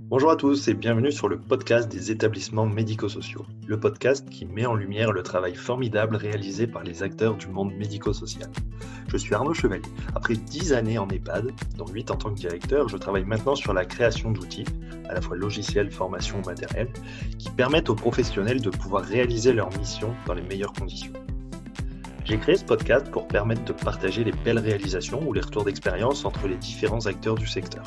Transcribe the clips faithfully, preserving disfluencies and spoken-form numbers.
Bonjour à tous et bienvenue sur le podcast des établissements médico-sociaux, le podcast qui met en lumière le travail formidable réalisé par les acteurs du monde médico-social. Je suis Arnaud Chevalier. Après dix années en EHPAD, dont huit en tant que directeur, je travaille maintenant sur la création d'outils, à la fois logiciels, formation ou matériel, qui permettent aux professionnels de pouvoir réaliser leur mission dans les meilleures conditions. J'ai créé ce podcast pour permettre de partager les belles réalisations ou les retours d'expérience entre les différents acteurs du secteur.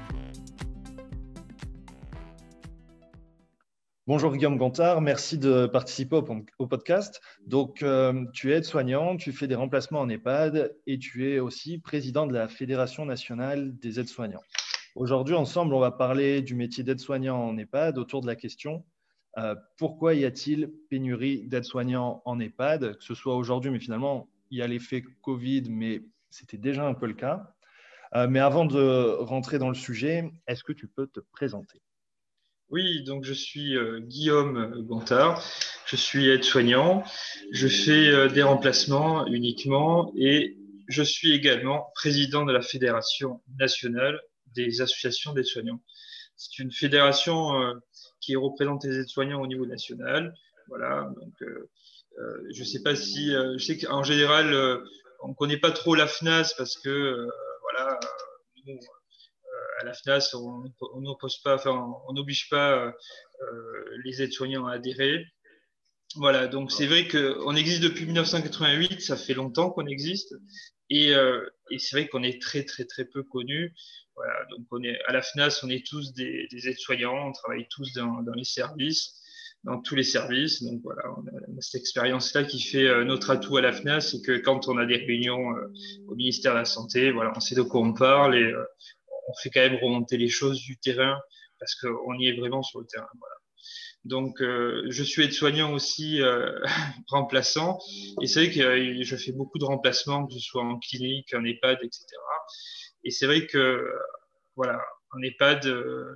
Bonjour Guillaume Gontard, merci de participer au, au podcast. Donc, euh, tu es aide-soignant, tu fais des remplacements en EHPAD et tu es aussi président de la Fédération nationale des aides-soignants. Aujourd'hui, ensemble, on va parler du métier d'aide-soignant en EHPAD autour de la question euh, pourquoi y a-t-il pénurie d'aides-soignants en EHPAD, que ce soit aujourd'hui, mais finalement, il y a l'effet Covid, mais c'était déjà un peu le cas. Euh, mais avant de rentrer dans le sujet, est-ce que tu peux te présenter ? Oui, donc je suis euh, Guillaume Gontard, je suis aide-soignant, je fais euh, des remplacements uniquement et je suis également président de la Fédération nationale des associations d'aides-soignants. C'est une fédération euh, qui représente les aides-soignants au niveau national. Voilà, donc euh, euh, je sais pas si, euh, je sais qu'en général, euh, on connaît pas trop la FNAS parce que euh, voilà, nous, à la FNAS, on n'oppose pas, enfin, on n'oblige pas euh, les aides-soignants à adhérer. Voilà, donc c'est vrai qu'on existe depuis mille neuf cent quatre-vingt-huit, ça fait longtemps qu'on existe, et, euh, et c'est vrai qu'on est très très très peu connus. Voilà, donc on est à la FNAS, on est tous des, des aides-soignants, on travaille tous dans, dans les services, dans tous les services. Donc voilà, on a, on a cette expérience-là qui fait euh, notre atout à la FNAS, c'est que quand on a des réunions euh, au ministère de la Santé, voilà, on sait de quoi on parle et euh, on fait quand même remonter les choses du terrain parce qu'on y est vraiment sur le terrain. Voilà. Donc, euh, je suis aide-soignant aussi euh, remplaçant. Et c'est vrai que euh, je fais beaucoup de remplacements, que ce soit en clinique, en EHPAD, et cetera. Et c'est vrai que, euh, voilà, en EHPAD, euh,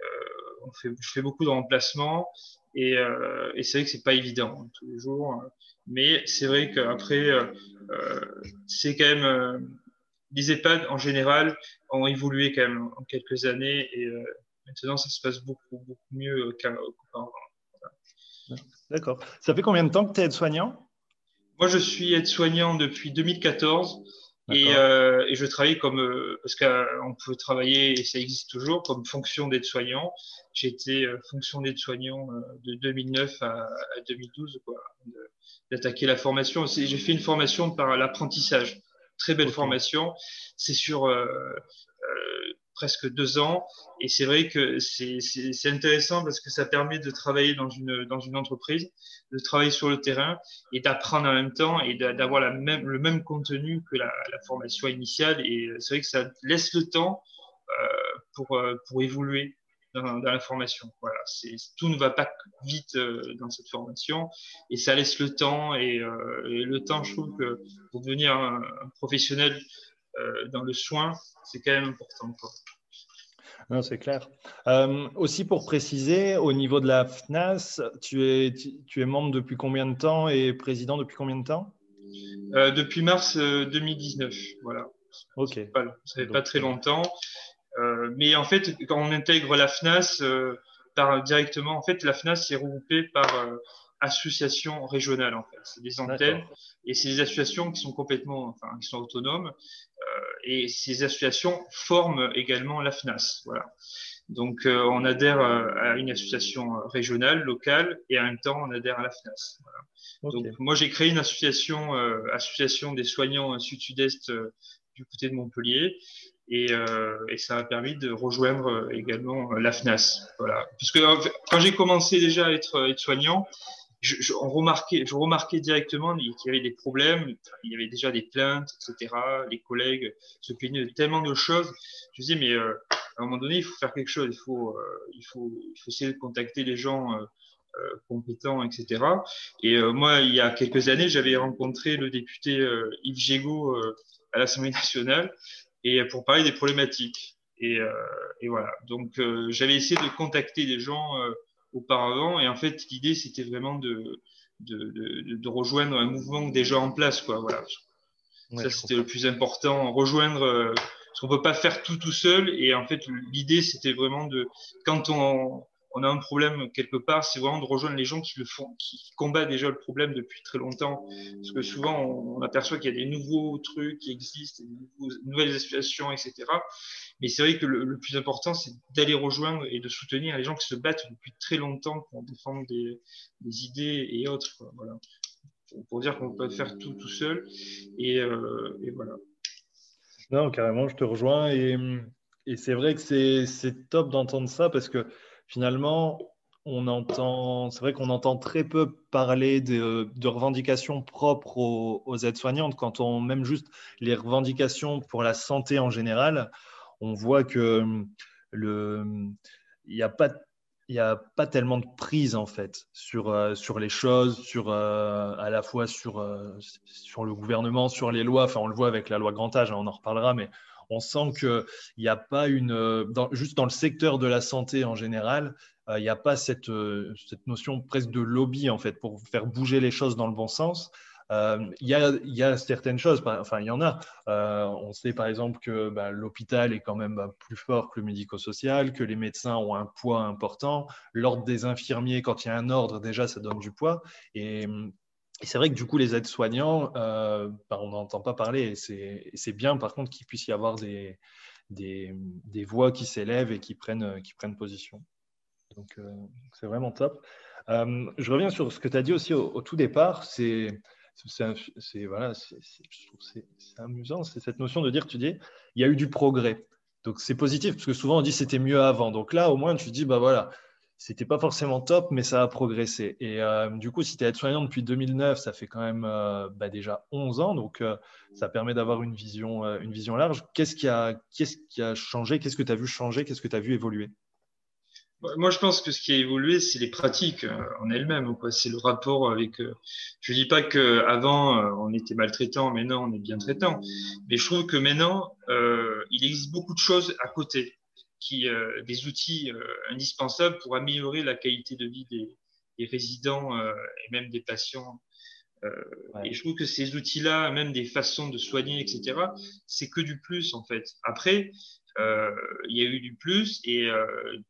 on fait, je fais beaucoup de remplacements. Et, euh, et c'est vrai que c'est pas évident hein, tous les jours. Mais c'est vrai qu'après, euh, c'est quand même... Euh, les EHPAD, en général, ont évolué quand même en quelques années. Et euh, maintenant, ça se passe beaucoup, beaucoup mieux qu'auparavant. D'accord. Ça fait combien de temps que tu es aide-soignant ? Moi, je suis aide-soignant depuis deux mille quatorze et, D'accord. euh, et je travaille comme, euh, parce qu'on peut travailler, et ça existe toujours, comme fonction d'aide-soignant. J'ai été euh, fonction d'aide-soignant euh, de deux mille neuf à, à deux mille douze, quoi, de- d'attaquer la formation. C'est- J'ai fait une formation par l'apprentissage, très belle Ok. formation. C'est sur euh, euh, presque deux ans. Et c'est vrai que c'est c'est- c'est intéressant parce que ça permet de travailler dans une, dans une entreprise, de travailler sur le terrain et d'apprendre en même temps et d'avoir la même, le même contenu que la, la formation initiale. Et c'est vrai que ça laisse le temps euh, pour, euh, pour évoluer dans, dans la formation. Voilà, c'est, tout ne va pas vite euh, dans cette formation et ça laisse le temps. Et, euh, et le temps, je trouve que pour devenir un, un professionnel euh, dans le soin, c'est quand même important, quoi. Non, c'est clair. Euh, aussi pour préciser, au niveau de la FNAS, tu es, tu es membre depuis combien de temps et président depuis combien de temps ? Euh, depuis mars euh, deux mille dix-neuf, voilà. Ok. Ça fait pas, ça fait pas Donc, très euh, longtemps. Euh, mais en fait, quand on intègre la FNAS euh, par, directement, en fait, la FNAS est regroupée par euh, associations régionales. En fait, c'est des antennes d'accord. et c'est des associations qui sont complètement, enfin, qui sont autonomes. Euh, et ces associations forment également la FNAS. Voilà. Donc, euh, on adhère euh, à une association régionale, locale, et en même temps, on adhère à la FNAS. Voilà. Ok. Donc, moi, j'ai créé une association, euh, association des soignants euh, sud-sud-est euh, du côté de Montpellier, et, euh, et ça a permis de rejoindre euh, également euh, la FNAS. Voilà. Parce que en fait, quand j'ai commencé déjà à être, être soignant, je, je, on remarquait, je remarquais directement qu'il y avait des problèmes, il y avait déjà des plaintes, et cetera. Les collègues se plaignaient de tellement de choses. Je me disais, mais euh, à un moment donné, il faut faire quelque chose, il faut, euh, il faut, il faut essayer de contacter les gens euh, euh, compétents, et cetera. Et euh, moi, il y a quelques années, j'avais rencontré le député euh, Yves Gégaud euh, à l'Assemblée nationale et pour parler des problématiques. Et, euh, et voilà. Donc, euh, j'avais essayé de contacter des gens euh, auparavant. Et en fait, l'idée, c'était vraiment de, de, de, de rejoindre un mouvement déjà en place, quoi. Voilà. Ouais, Ça, je c'était le comprends. plus important. Rejoindre, euh, parce qu'on peut pas faire tout tout seul. Et en fait, l'idée, c'était vraiment de, quand on, on a un problème quelque part, c'est vraiment de rejoindre les gens qui le font, qui combattent déjà le problème depuis très longtemps. Parce que souvent, on, on aperçoit qu'il y a des nouveaux trucs qui existent, des nouveaux, nouvelles associations, et cetera. Mais c'est vrai que le, le plus important, c'est d'aller rejoindre et de soutenir les gens qui se battent depuis très longtemps pour défendre des, des idées et autres, quoi. Voilà. Pour, pour dire qu'on peut faire tout tout seul. Et, euh, et voilà. Non, carrément, je te rejoins. Et, et c'est vrai que c'est, c'est top d'entendre ça parce que finalement, on entend, c'est vrai qu'on entend très peu parler de, de revendications propres aux, aux aides-soignantes. Quand on, même juste les revendications pour la santé en général, on voit que le, il n'y a pas, il y a pas tellement de prise en fait sur, euh, sur les choses, sur, euh, à la fois sur, euh, sur le gouvernement, sur les lois. Enfin, on le voit avec la loi grand âge, hein, on en reparlera, mais on sent qu'il n'y a pas une. euh, Dans, juste dans le secteur de la santé en général, euh, il n'y a pas cette, euh, cette notion presque de lobby en fait pour faire bouger les choses dans le bon sens. Euh, Il y, a, il y a certaines choses, enfin il y en a. Euh, on sait par exemple que bah, l'hôpital est quand même bah, plus fort que le médico-social, que les médecins ont un poids important. L'ordre des infirmiers, quand il y a un ordre, déjà, ça donne du poids. Et, et c'est vrai que du coup, les aides-soignants, euh, bah, on n'entend pas parler. Et c'est, et c'est bien, par contre, qu'il puisse y avoir des, des, des voix qui s'élèvent et qui prennent, qui prennent position. Donc, euh, c'est vraiment top. Euh, je reviens sur ce que tu as dit aussi au, au tout départ. C'est, c'est, c'est, voilà, c'est, c'est, je trouve que c'est, c'est amusant. C'est cette notion de dire, tu dis, il y a eu du progrès. Donc, c'est positif parce que souvent on dit c'était mieux avant. Donc là, au moins, tu dis, bah voilà, c'était pas forcément top, mais ça a progressé. Et euh, du coup, si tu es aide-soignant depuis deux mille neuf, ça fait quand même euh, bah, déjà onze ans. Donc, euh, ça permet d'avoir une vision, euh, une vision large. Qu'est-ce qui a, qu'est-ce qui a changé? Qu'est-ce que tu as vu changer? Qu'est-ce que tu as vu évoluer? Moi, je pense que ce qui a évolué, c'est les pratiques euh, en elles-mêmes, quoi. C'est le rapport avec. Euh, je dis pas que avant euh, on était maltraitant, mais non, on est bien traitant. Mais je trouve que maintenant, euh, il existe beaucoup de choses à côté, qui, euh, des outils euh, indispensables pour améliorer la qualité de vie des, des résidents euh, et même des patients. Euh, Ouais. et je trouve que ces outils-là, même des façons de soigner, et cetera, c'est que du plus en fait. Après, euh, il y a eu du plus et euh,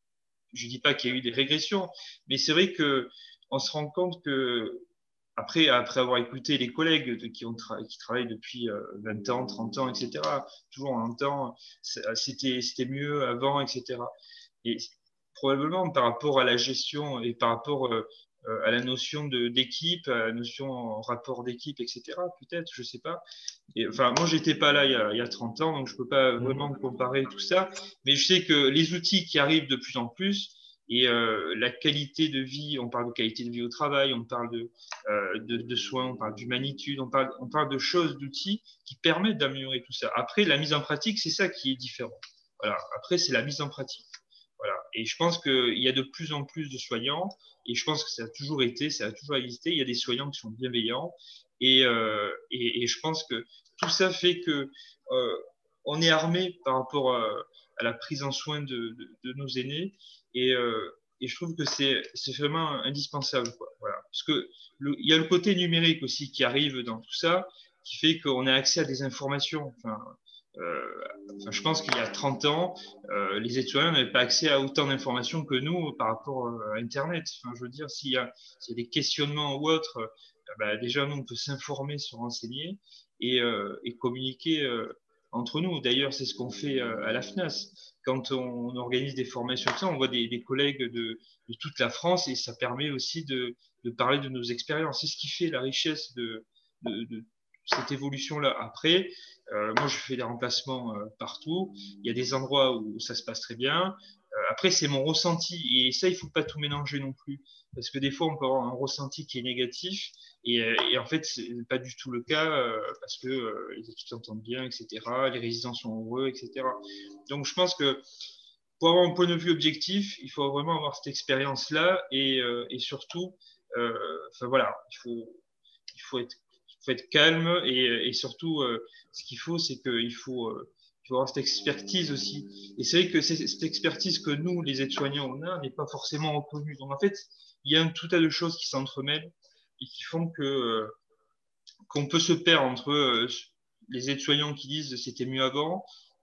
je dis pas qu'il y a eu des régressions, mais c'est vrai que on se rend compte que après, après avoir écouté les collègues de, qui, ont tra qui travaillent depuis euh, vingt ans, trente ans, et cetera, toujours en temps, c'était, c'était mieux avant, et cetera. Et probablement par rapport à la gestion et par rapport euh, euh, à la notion de, d'équipe, à la notion en rapport d'équipe, et cetera, peut-être, je sais pas. Et, enfin, moi, j'étais pas là il y, a, il y a trente ans, donc je peux pas vraiment comparer tout ça. Mais je sais que les outils qui arrivent de plus en plus et euh, la qualité de vie, on parle de qualité de vie au travail, on parle de, euh, de, de soins, on parle d'humanitude, on parle, on parle de choses, d'outils qui permettent d'améliorer tout ça. Après, la mise en pratique, c'est ça qui est différent. Voilà. Après, c'est la mise en pratique. Voilà. Et je pense qu'il y a de plus en plus de soignants, et je pense que ça a toujours été, ça a toujours existé. Il y a des soignants qui sont bienveillants, et, euh, et, et je pense que tout ça fait que euh, on est armé par rapport à, à la prise en soin de, de, de nos aînés, et, euh, et je trouve que c'est c'est vraiment indispensable, quoi. Voilà. Parce que le, il y a le côté numérique aussi qui arrive dans tout ça, qui fait qu'on a accès à des informations. Enfin, euh, enfin, je pense qu'il y a trente ans, euh, les étudiants n'avaient pas accès à autant d'informations que nous par rapport à Internet. Enfin, je veux dire, s'il y a, s'il y a des questionnements ou autres, euh, bah, déjà, nous, on peut s'informer, se renseigner et, euh, et communiquer euh, entre nous. D'ailleurs, c'est ce qu'on fait euh, à la FNAS. Quand on, on organise des formations, ça, on voit des, des collègues de, de, toute la France et ça permet aussi de, de parler de nos expériences. C'est ce qui fait la richesse de, de, de cette évolution-là. Après, euh, moi, je fais des remplacements euh, partout. Il y a des endroits où ça se passe très bien. Euh, après, c'est mon ressenti. Et ça, il faut pas tout mélanger non plus. Parce que des fois, on peut avoir un ressenti qui est négatif. Et, euh, et en fait, c'est pas du tout le cas euh, parce que euh, les équipes s'entendent bien, et cetera. Les résidents sont heureux, et cetera. Donc, je pense que pour avoir un point de vue objectif, il faut vraiment avoir cette expérience-là et, euh, et surtout, euh, enfin voilà, il faut, il faut être, il faut être calme et, et surtout, euh, ce qu'il faut, c'est qu'il faut, euh, il faut avoir cette expertise aussi. Et c'est vrai que c'est, cette expertise que nous, les aides-soignants, on a, n'est pas forcément reconnue. Donc en fait, il y a un tout tas de choses qui s'entremêlent et qui font que euh, qu'on peut se perdre entre euh, les aides-soignants qui disent c'était mieux avant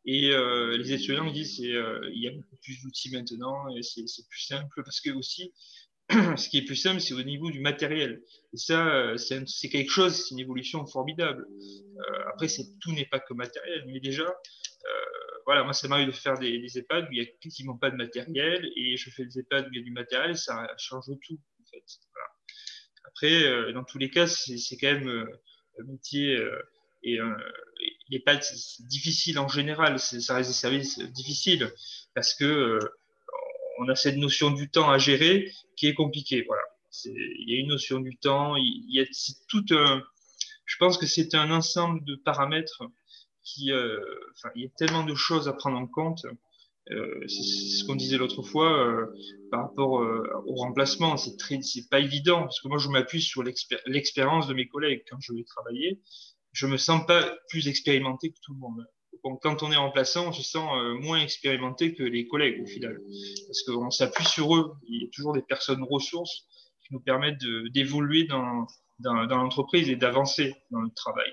Et euh, les étudiants disent qu'il euh, y a beaucoup plus d'outils maintenant et c'est, c'est plus simple parce que aussi, ce qui est plus simple, c'est au niveau du matériel. Et ça, c'est, un, c'est quelque chose, c'est une évolution formidable. Euh, après, c'est, tout n'est pas que matériel, mais déjà, euh, voilà, moi, ça m'arrive de faire des, des EHPAD où il n'y a quasiment pas de matériel et je fais des EHPAD où il y a du matériel et ça change tout, en fait. Voilà. Après, euh, dans tous les cas, c'est, c'est quand même euh, un métier euh, et euh, l'EHPAD, c'est, c'est difficile en général, c'est, ça reste des services difficiles parce que euh, on a cette notion du temps à gérer qui est compliquée. Voilà. C'est, il y a une notion du temps, il y a c'est tout un, je pense que c'est un ensemble de paramètres qui, euh, enfin, il y a tellement de choses à prendre en compte. Euh, c'est, c'est ce qu'on disait l'autre fois euh, par rapport euh, au remplacement. C'est très, c'est pas évident parce que moi je m'appuie sur l'expér- l'expérience de mes collègues quand je vais travailler. Je me sens pas plus expérimenté que tout le monde. Donc, quand on est remplaçant, on se sent euh, moins expérimenté que les collègues au final, parce qu'on s'appuie sur eux. Il y a toujours des personnes ressources qui nous permettent de, d'évoluer dans, dans, dans l'entreprise et d'avancer dans le travail.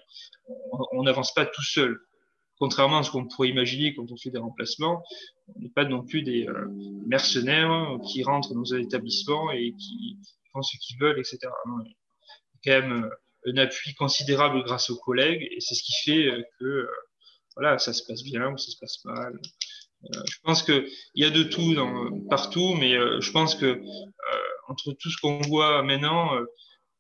On n'avance pas tout seul. Contrairement à ce qu'on pourrait imaginer quand on fait des remplacements, on n'est pas non plus des euh, mercenaires qui rentrent dans un établissement et qui font ce qu'ils veulent, et cetera. Non, il y a quand même euh, un appui considérable grâce aux collègues et c'est ce qui fait euh, que euh, voilà, ça se passe bien ou ça se passe mal. Euh, je pense qu'il y a de tout dans, partout, mais euh, je pense que euh, entre tout ce qu'on voit maintenant, euh,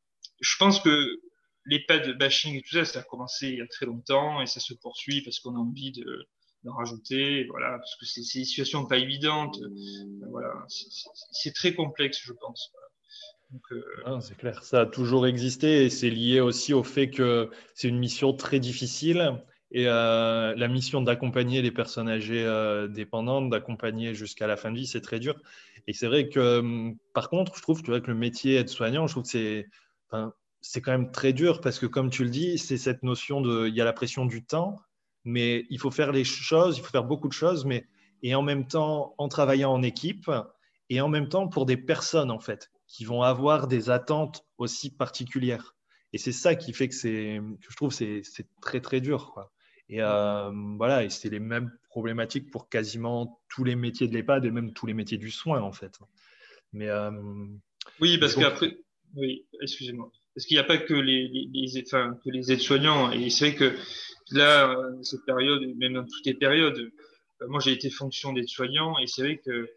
je pense que les pas de bashing et tout ça, ça a commencé il y a très longtemps et ça se poursuit parce qu'on a envie de d'en rajouter, voilà, parce que c'est, c'est des situations pas évidentes, euh, voilà, c'est, c'est, c'est très complexe, je pense. Voilà. Donc, euh, Non, c'est clair, ça a toujours existé et c'est lié aussi au fait que c'est une mission très difficile et euh, la mission d'accompagner les personnes âgées euh, dépendantes, d'accompagner jusqu'à la fin de vie, c'est très dur. Et c'est vrai que, hum, par contre, je trouve tu vois, que le métier aide-soignant, je trouve que c'est, enfin, c'est quand même très dur parce que, comme tu le dis, c'est cette notion de, il y a la pression du temps, mais il faut faire les choses, il faut faire beaucoup de choses, mais et en même temps, en travaillant en équipe et en même temps pour des personnes, en fait qui vont avoir des attentes aussi particulières. Et c'est ça qui fait que, c'est, que je trouve que c'est, c'est très, très dur, quoi. Et euh, voilà, et c'est les mêmes problématiques pour quasiment tous les métiers de l'EHPAD et même tous les métiers du soin, en fait. Mais, euh, oui, mais c'est parce compliqué. qu'après, oui, excusez-moi. Parce qu'il n'y a pas que les, les, les, enfin, que les aides-soignants. Et c'est vrai que là, euh, cette période, même dans toutes les périodes, euh, moi j'ai été fonction d'aide-soignant et c'est vrai que euh,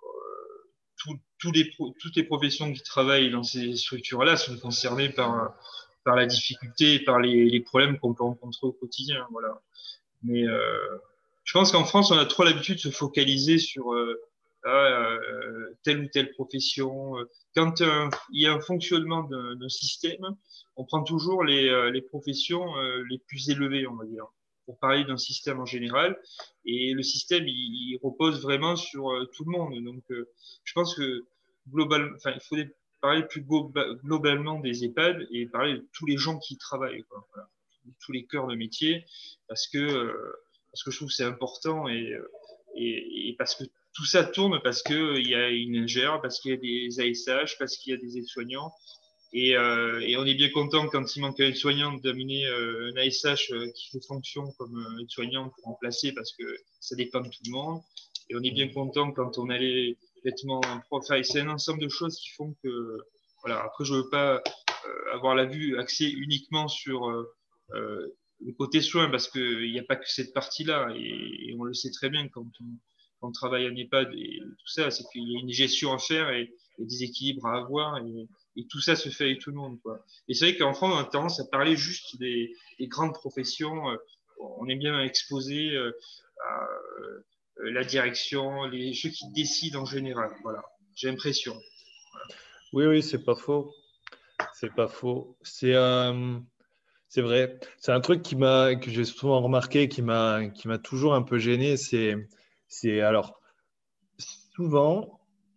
tout, tous les pro, toutes les professions qui travaillent dans ces structures-là sont concernées par, par la difficulté et par les, les problèmes qu'on peut rencontrer au quotidien. Voilà. Mais euh, je pense qu'en France, on a trop l'habitude de se focaliser sur euh, euh, telle ou telle profession. Quand euh, il y a un fonctionnement d'un, d'un système, on prend toujours les, euh, les professions euh, les plus élevées, on va dire, pour parler d'un système en général. Et le système, il, il repose vraiment sur euh, tout le monde. Donc, euh, je pense que globalement, enfin, il faut parler plus globalement des EHPAD et parler de tous les gens qui y travaillent, quoi. Voilà. Tous les cœurs de métier parce que euh, parce que je trouve que c'est important et, et, et parce que tout ça tourne parce que il y a une ingère, parce qu'il y a des A S H, parce qu'il y a des aides-soignants et, euh, et on est bien content quand il manque un aide-soignant d'amener euh, un A S H euh, qui fait fonction comme euh, aide-soignant pour remplacer parce que ça dépend de tout le monde et on est bien content quand on a les vêtements propres. Enfin, c'est un ensemble de choses qui font que voilà. Après, je veux pas euh, avoir la vue axée uniquement sur euh, euh, le côté soin, parce qu'il n'y a pas que cette partie-là, et, et on le sait très bien quand on, quand on travaille en EHPAD et tout ça, c'est qu'il y a une gestion à faire et, et des équilibres à avoir, et, et, tout ça se fait avec tout le monde, quoi. Et c'est vrai qu'en France, on a tendance à parler juste des, des grandes professions, euh, on est bien exposé euh, à euh, la direction, les ceux qui décident en général, voilà, j'ai l'impression. Voilà. Oui, oui, c'est pas faux. C'est pas faux. C'est euh, c'est vrai. C'est un truc qui m'a, que j'ai souvent remarqué, qui m'a, qui m'a toujours un peu gêné. C'est, c'est alors, souvent,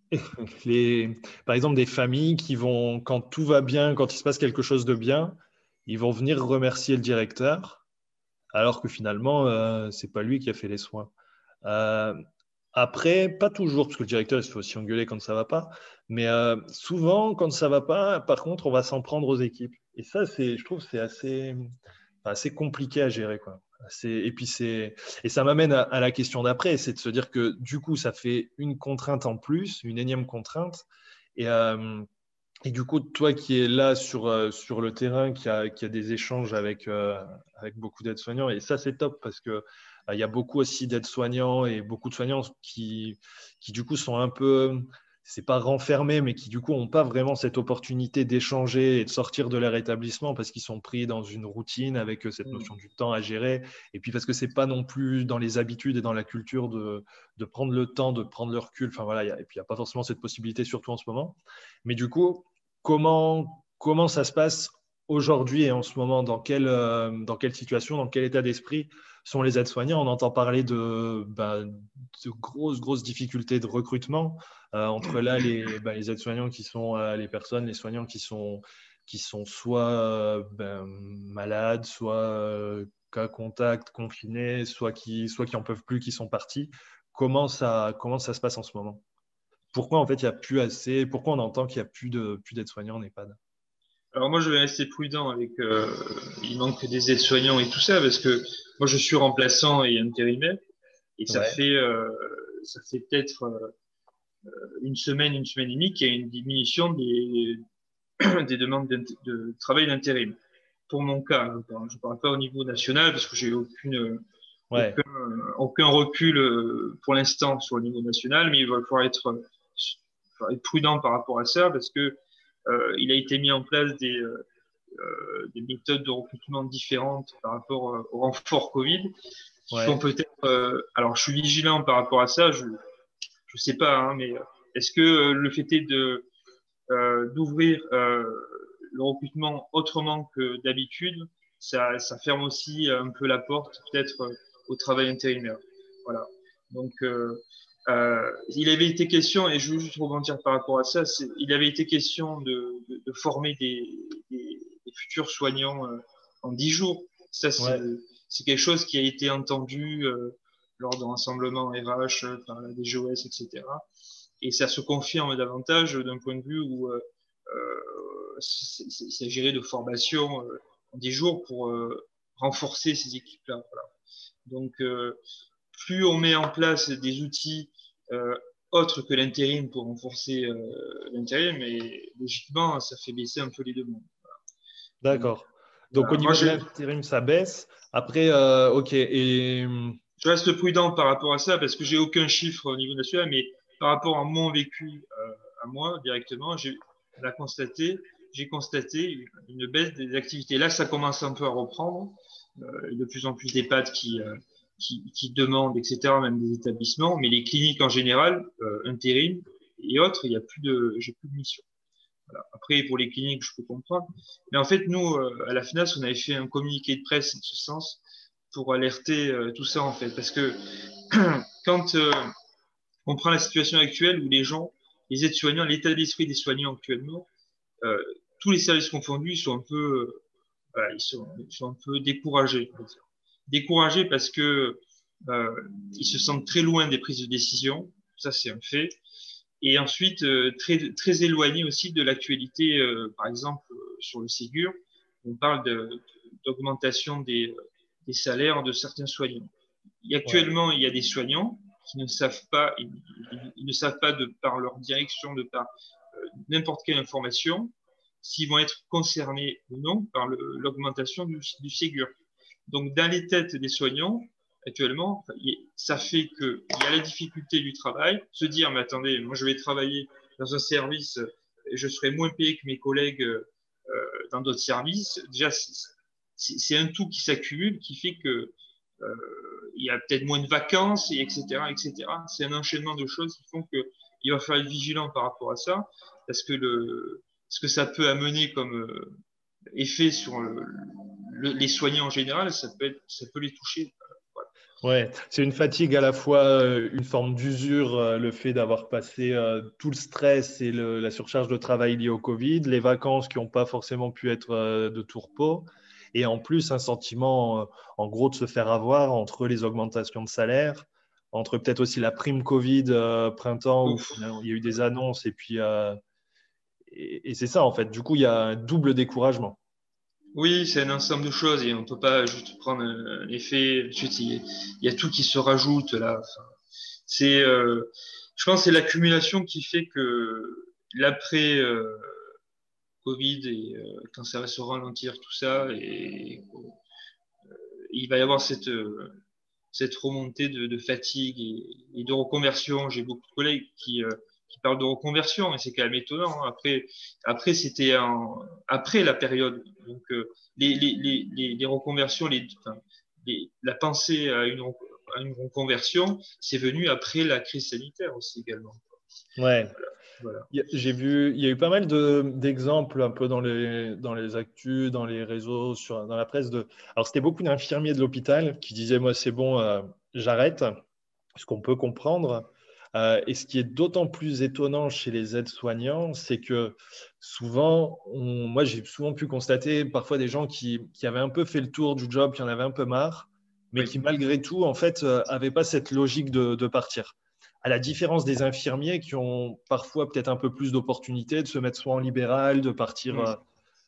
les, par exemple, des familles qui vont, quand tout va bien, quand il se passe quelque chose de bien, ils vont venir remercier le directeur, alors que finalement, euh, c'est pas lui qui a fait les soins. Euh, Après, pas toujours, parce que le directeur, il se fait aussi engueuler quand ça va pas, mais euh, souvent, quand ça va pas, par contre, on va s'en prendre aux équipes. Et ça, c'est, je trouve, c'est assez, enfin, assez compliqué à gérer, quoi. C'est, et puis c'est, et ça m'amène à, à la question d'après, c'est de se dire que du coup, ça fait une contrainte en plus, une énième contrainte. Et, euh, et du coup, toi qui es là sur, euh, sur le terrain, qui a, qui a des échanges avec, euh, avec beaucoup d'aides-soignants, et ça, c'est top parce que euh, il y a beaucoup aussi d'aides-soignants et beaucoup de soignants qui, qui du coup sont un peu, c'est pas renfermés, mais qui du coup n'ont pas vraiment cette opportunité d'échanger et de sortir de leur établissement parce qu'ils sont pris dans une routine avec euh, cette Mm. notion du temps à gérer. Et puis parce que c'est pas non plus dans les habitudes et dans la culture de, de prendre le temps, de prendre le recul. Enfin voilà, y a, et puis il n'y a pas forcément cette possibilité, surtout en ce moment. Mais du coup, comment, comment ça se passe aujourd'hui et en ce moment? Dans quelle, euh, dans quelle situation, dans quel état d'esprit sont les aides-soignants? On entend parler de, ben, de grosses, grosses difficultés de recrutement. Euh, entre là, les, ben, les aides-soignants qui sont euh, les personnes, les soignants qui sont, qui sont soit euh, ben, malades, soit euh, cas contact, confinés, soit qui, soit qui en peuvent plus, qui sont partis. Comment ça, comment ça se passe en ce moment? Pourquoi en fait il n'y a plus assez, pourquoi on entend qu'il n'y a plus de, plus d'aides-soignants en EHPAD? Alors moi, je vais rester prudent avec euh, il manque des aides-soignants et tout ça parce que moi, je suis remplaçant et intérimaire et ça Ouais, fait euh, ça fait peut-être euh, une semaine, une semaine et demie qu'il y a une diminution des des demandes de, de travail d'intérim. Pour mon cas, je parle, je parle pas au niveau national parce que j'ai aucune ouais, aucun aucun recul euh, pour l'instant sur le niveau national, mais il va falloir être, euh, falloir être prudent par rapport à ça parce que euh, il a été mis en place des euh, euh, des méthodes de recrutement différentes par rapport euh, au renfort Covid, qui font ouais. peut-être. Euh, alors, je suis vigilant par rapport à ça. Je je sais pas, hein, mais est-ce que euh, le fait est de euh, d'ouvrir euh, le recrutement autrement que d'habitude, ça, ça ferme aussi un peu la porte peut-être euh, au travail intérimaire. Voilà. Donc, euh, euh, il avait été question, et je veux juste rebondir par rapport à ça, il avait été question de, de, de former des, des, des, futurs soignants euh, en dix jours. Ça, c'est Ouais, quelque chose qui a été entendu euh, lors d'un rassemblement R H euh, par la D G O S, et cetera. Et ça se confirme davantage d'un point de vue où euh, euh, il s'agirait de formation euh, en dix jours pour euh, renforcer ces équipes-là. Voilà. Donc, euh, plus on met en place des outils euh, autres que l'intérim pour renforcer euh, l'intérim, et logiquement, ça fait baisser un peu les demandes. Donc, d'accord. Donc au voilà. Moi, niveau de je, l'intérim, ça baisse. Après, euh, ok. Et je reste prudent par rapport à ça parce que j'ai aucun chiffre au niveau national, mais par rapport à mon vécu euh, à moi directement, j'ai on a constaté, j'ai constaté une baisse des activités. Là, ça commence un peu à reprendre. Euh, de plus en plus d'EHPAD qui, euh, qui, qui demandent, et cetera, même des établissements, mais les cliniques en général, euh, intérim et autres, il y a plus de, j'ai plus de mission. Voilà. Après, pour les cliniques, je peux comprendre. Mais en fait, nous, euh, à la FNAS, on avait fait un communiqué de presse en ce sens pour alerter euh, tout ça, en fait. Parce que quand euh, on prend la situation actuelle où les gens, les aides-soignants, l'état d'esprit des soignants actuellement, euh, tous les services confondus, ils sont un peu, euh, voilà, ils sont, ils sont un peu découragés. Découragés parce que euh, ils se sentent très loin des prises de décision. Ça, c'est un fait. Et ensuite, euh, très, très éloignés aussi de l'actualité, euh, par exemple, euh, sur le Ségur, on parle d'augmentation des, des salaires de certains soignants. Et ouais, actuellement, il y a des soignants qui ne savent pas, ils, ils ne savent pas de par leur direction, de par euh, n'importe quelle information, s'ils vont être concernés ou non par l'augmentation du, du Ségur. Donc, dans les têtes des soignants, actuellement, ça fait qu'il y a la difficulté du travail, se dire, mais attendez, moi je vais travailler dans un service et je serai moins payé que mes collègues euh, dans d'autres services. Déjà, c'est un tout qui s'accumule, qui fait que euh, il y a peut-être moins de vacances, et etc., et cetera. C'est un enchaînement de choses qui font que il va falloir être vigilant par rapport à ça, parce que le, ce que ça peut amener comme euh, effet sur le, le, les soignants en général, ça peut, être, ça peut les toucher. Voilà. ouais. C'est une fatigue à la fois, euh, une forme d'usure, euh, le fait d'avoir passé euh, tout le stress et le- la surcharge de travail liée au Covid, les vacances qui n'ont pas forcément pu être euh, de tout repos, et en plus un sentiment, euh, en gros, de se faire avoir entre les augmentations de salaire, entre peut-être aussi la prime Covid euh, printemps où Donc, finalement, il y a eu des annonces et puis euh, et, et c'est ça en fait. Du coup, il y a un double découragement. Oui, c'est un ensemble de choses et on peut pas juste prendre un, un effet. Ensuite, il y, a, il y a tout qui se rajoute là. Enfin, c'est, euh, je pense, que c'est l'accumulation qui fait que l'après euh, Covid et euh, quand ça va se ralentir tout ça et il va y avoir cette euh, cette remontée de, de fatigue et, et de reconversion. J'ai beaucoup de collègues qui euh, qui parlent de reconversion et c'est quand même étonnant. Hein. Après, après c'était en, après la période. Donc euh, les, les, les, les, les reconversions, les, enfin, les, la pensée à une, à une reconversion, c'est venu après la crise sanitaire aussi également. Ouais. Voilà. Il y a- J'ai vu, il y a eu pas mal de, d'exemples un peu dans les, dans les actus, dans les réseaux, sur, dans la presse. De... Alors, c'était beaucoup d'infirmiers de l'hôpital qui disaient, moi, c'est bon, euh, j'arrête, ce qu'on peut comprendre. Euh, et ce qui est d'autant plus étonnant chez les aides-soignants, c'est que souvent, on- moi, j'ai souvent pu constater parfois des gens qui, qui avaient un peu fait le tour du job, qui en avaient un peu marre, mais Oui. qui, malgré tout, en fait, n'avaient pas cette logique de, de partir à la différence des infirmiers qui ont parfois peut-être un peu plus d'opportunités de se mettre soit en libéral, de partir Mm. euh,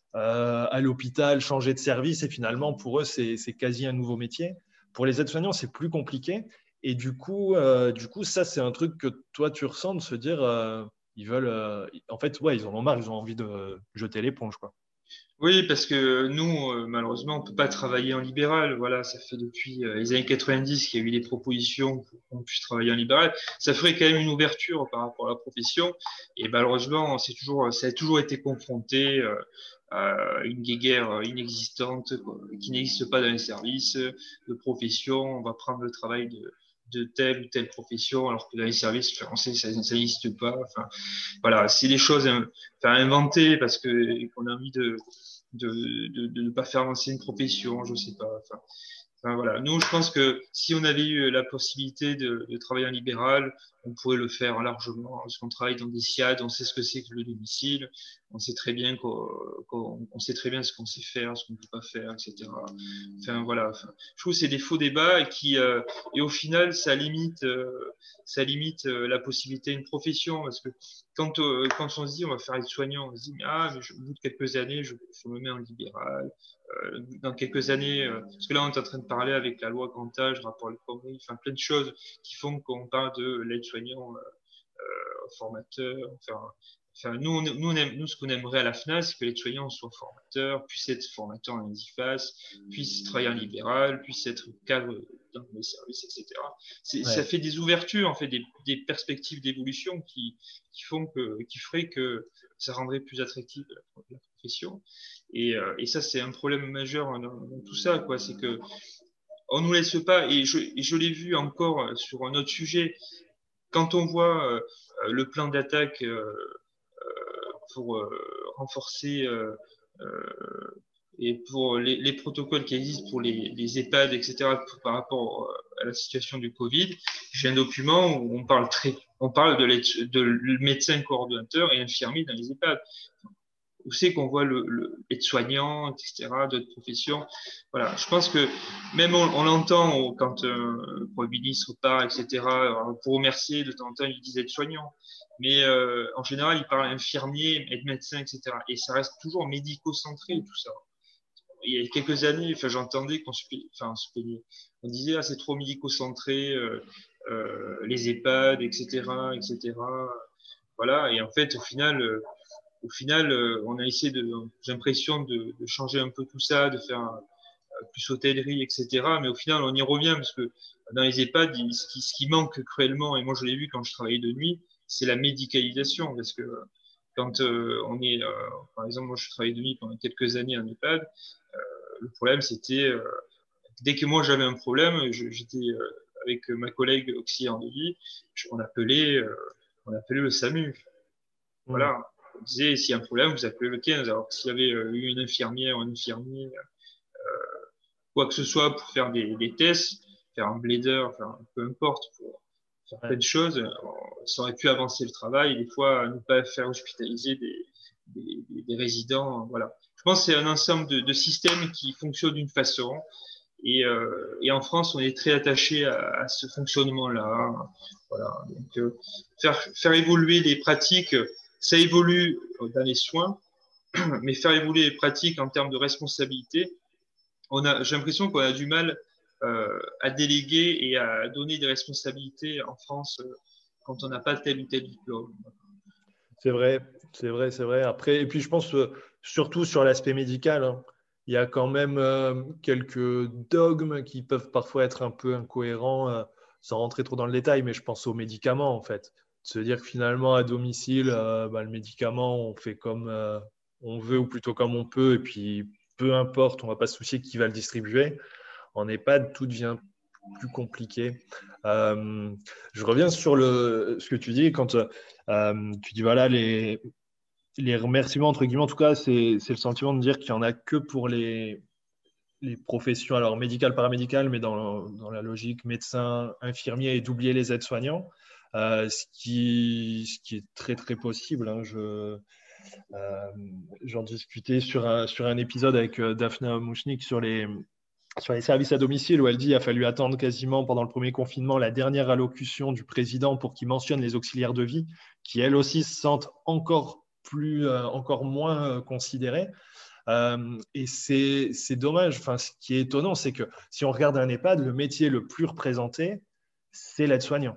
à l'hôpital, changer de service, et finalement, pour eux, c'est c'est quasi un nouveau métier. Pour les aides-soignants, c'est plus compliqué. Et du coup, euh, du coup ça, c'est un truc que toi, tu ressens de se dire, euh, ils veulent, euh, en fait, ouais, ils en ont marre, ils ont envie de jeter l'éponge, quoi. Oui, parce que nous, euh, malheureusement, on peut pas travailler en libéral. Voilà, ça fait depuis euh, les années quatre-vingt-dix qu'il y a eu des propositions pour qu'on puisse travailler en libéral. Ça ferait quand même une ouverture par rapport à la profession. Et malheureusement, c'est toujours, ça a toujours été confronté euh, à une guéguerre inexistante, quoi, qui n'existe pas dans les services de profession. On va prendre le travail de de telle ou telle profession, alors que dans les services français, ça n'existe pas. Enfin, voilà, c'est des choses hein, enfin, inventées parce que qu'on a envie de de, de, de ne pas faire avancer une profession, je sais pas. Enfin, enfin, voilà. Nous, je pense que si on avait eu la possibilité de, de travailler en libéral, on pourrait le faire largement, parce qu'on travaille dans des SIAD, on sait ce que c'est que le domicile, on sait très bien qu'on, qu'on on sait très bien ce qu'on sait faire, ce qu'on ne peut pas faire, et cetera. Enfin voilà. Enfin, je trouve que c'est des faux débats et qui euh, et au final ça limite euh, ça limite euh, la possibilité d'une profession parce que quand euh, quand on se dit on va faire être soignant, on se dit mais, ah mais je, au bout de quelques années je, je me mets en libéral euh, dans quelques années, euh, parce que là on est en train de parler avec la loi grand âge, rapport à l'économie, enfin plein de choses qui font qu'on parle de l'aide-soignant euh, euh, formateur, enfin, enfin nous, on, nous, on aime, nous ce qu'on aimerait à la FNA, c'est que l'aide-soignant soit formateur, puisse être formateur en I F A S, puisse travailler en libéral, puisse être cadre dans les services, et cetera. C'est, ça Ouais. fait des ouvertures, en fait, des, des perspectives d'évolution qui, qui font que, qui feraient que ça rendrait plus attractive la, la profession. Et, euh, et ça, c'est un problème majeur dans, dans tout ça, quoi. C'est que on nous laisse pas, et je, et je l'ai vu encore sur un autre sujet, quand on voit euh, le plan d'attaque euh, pour euh, renforcer euh, euh, et pour les, les, protocoles qui existent pour les, les EHPAD, et cetera, pour, par rapport à la situation du Covid, j'ai un document où on parle très, on parle de, de médecin coordonnateur et infirmier dans les EHPAD. Où c'est qu'on voit le, le aide-soignant, et cetera, d'autres professions. Voilà, je pense que même on, on l'entend quand euh, le Premier ministre part, et cetera. Alors, pour remercier, de temps en temps, il dit aide-soignant. Mais euh, en général, il parle infirmier, aide-médecin, et cetera. Et ça reste toujours médico-centré, tout ça. Il y a quelques années, enfin, j'entendais qu'on se, enfin, se plaignait. On disait, ah, c'est trop médico-centré, euh, euh, les EHPAD, et cetera, et cetera. Voilà. Et en fait, au final, euh, au final, euh, on a essayé de, j'ai l'impression de, de changer un peu tout ça, de faire un, plus hôtellerie, et cetera. Mais au final, on y revient parce que dans les EHPAD, il, ce, qui, ce qui manque cruellement, et moi je l'ai vu quand je travaillais de nuit, c'est la médicalisation. Parce que quand euh, on est, euh, par exemple, moi je travaillais de nuit pendant quelques années en EHPAD, euh, le problème c'était, euh, dès que moi j'avais un problème, j'étais euh, avec ma collègue auxiliaire de vie, on appelait, euh, on appelait le SAMU. Mm. Voilà. On disait, s'il y a un problème, vous appelez le quinze. Alors, s'il y avait euh, eu une infirmière ou un infirmier, quoi que ce soit pour faire des, des tests, faire un blader, faire un, peu importe, pour faire plein Ouais. de choses, ça aurait pu avancer le travail et des fois ne pas faire hospitaliser des, des, des, des résidents. Voilà. Je pense que c'est un ensemble de, de systèmes qui fonctionnent d'une façon. Et, euh, et en France, on est très attaché à, à ce fonctionnement-là. Voilà. Donc, euh, faire, faire évoluer les pratiques, ça évolue dans les soins, mais faire évoluer les pratiques en termes de responsabilité, on a, j'ai l'impression qu'on a du mal euh, à déléguer et à donner des responsabilités en France euh, quand on n'a pas tel ou tel diplôme. C'est vrai, c'est vrai, c'est vrai. Après, et puis je pense euh, surtout sur l'aspect médical, hein, il y a quand même euh, quelques dogmes qui peuvent parfois être un peu incohérents, euh, sans rentrer trop dans le détail, mais je pense aux médicaments en fait. De se dire que finalement à domicile, euh, bah, le médicament, on fait comme euh, on veut ou plutôt comme on peut, et puis peu importe, on ne va pas se soucier qui va le distribuer. En EHPAD, tout devient plus compliqué. Euh, je reviens sur le, ce que tu dis quand euh, tu dis voilà les, les remerciements entre guillemets. En tout cas, c'est le sentiment de dire qu'il n'y en a que pour les, les professions alors médicales, paramédicales, mais dans, dans la logique médecin, infirmier et d'oublier les aides-soignants, euh, ce, qui, ce qui est très très possible. Hein. Je, euh, j'en discutais sur un, sur un épisode avec euh, Daphna Mouchnik sur les sur les services à domicile où elle dit qu'il a fallu attendre quasiment pendant le premier confinement la dernière allocution du président pour qu'il mentionne les auxiliaires de vie, qui elles aussi se sentent encore plus, euh, encore moins euh, considérées. Euh, et c'est dommage. Enfin, ce qui est étonnant, c'est que si on regarde un EHPAD, le métier le plus représenté, c'est l'aide-soignant.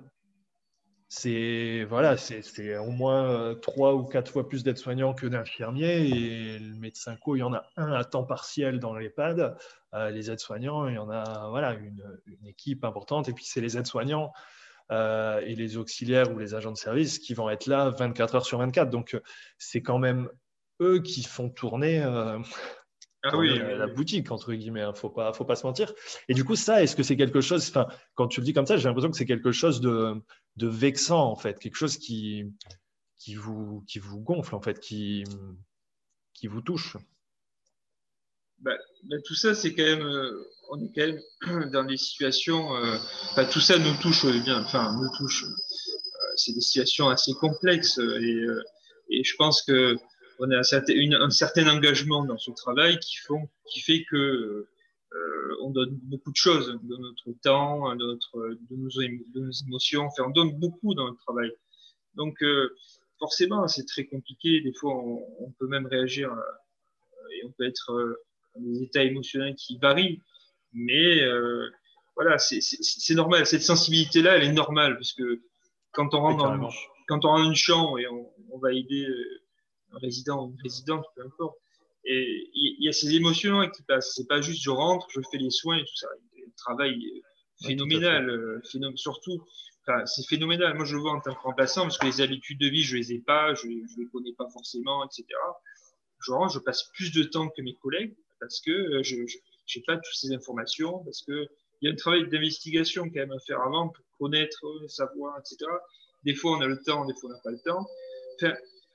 C'est voilà, c'est au moins euh, trois ou quatre fois plus d'aides-soignants que d'infirmiers. Et le médecin co, il y en a un à temps partiel dans l'EHPAD. Euh, les aides-soignants, il y en a voilà, une, une équipe importante. Et puis, c'est les aides-soignants euh, et les auxiliaires ou les agents de service qui vont être là vingt-quatre heures sur vingt-quatre. Donc, c'est quand même eux qui font tourner, euh, Ah oui, tourner oui, euh, la oui. boutique, entre guillemets. Il hein, ne faut pas, faut pas se mentir. Et du coup, ça, est-ce que c'est quelque chose, enfin, quand tu le dis comme ça, j'ai l'impression que c'est quelque chose de, de vexant, en fait, quelque chose qui, qui, vous, qui vous gonfle, en fait, qui, qui vous touche. Bah, bah, tout ça, c'est quand même, euh, on est quand même dans des situations, euh, enfin, tout ça nous touche euh, bien, enfin, nous touche. Euh, c'est des situations assez complexes euh, et, euh, et je pense que on a un certain, une, un certain engagement dans ce travail qui font, qui fait que euh, on donne beaucoup de choses de notre temps, de notre, de nos, de nos émotions. Enfin, on donne beaucoup dans notre travail. Donc, euh, forcément, c'est très compliqué. Des fois, on, on peut même réagir euh, et on peut être euh, dans des états émotionnels qui varient. Mais euh, voilà, c'est normal. Cette sensibilité-là, elle est normale parce que quand on Oui, rentre dans une, carrément. quand on rentre dans une chambre et on, on va aider euh, un résident ou une résidente, peu importe, et il y, y, a ces émotions qui passent. C'est pas juste je rentre, je fais les soins et tout ça. Le travail Oui, tout à fait. phénoménal, euh, phénom surtout. Enfin, c'est phénoménal. Moi, je le vois en tant que remplaçant parce que les habitudes de vie, je les ai pas, je, je les connais pas forcément, et cetera. Je rentre, je passe plus de temps que mes collègues parce que euh, je n'ai pas toutes ces informations, parce que il y a un travail d'investigation quand même à faire avant pour connaître, savoir, et cetera. Des fois, on a le temps, des fois, on n'a pas le temps. Enfin,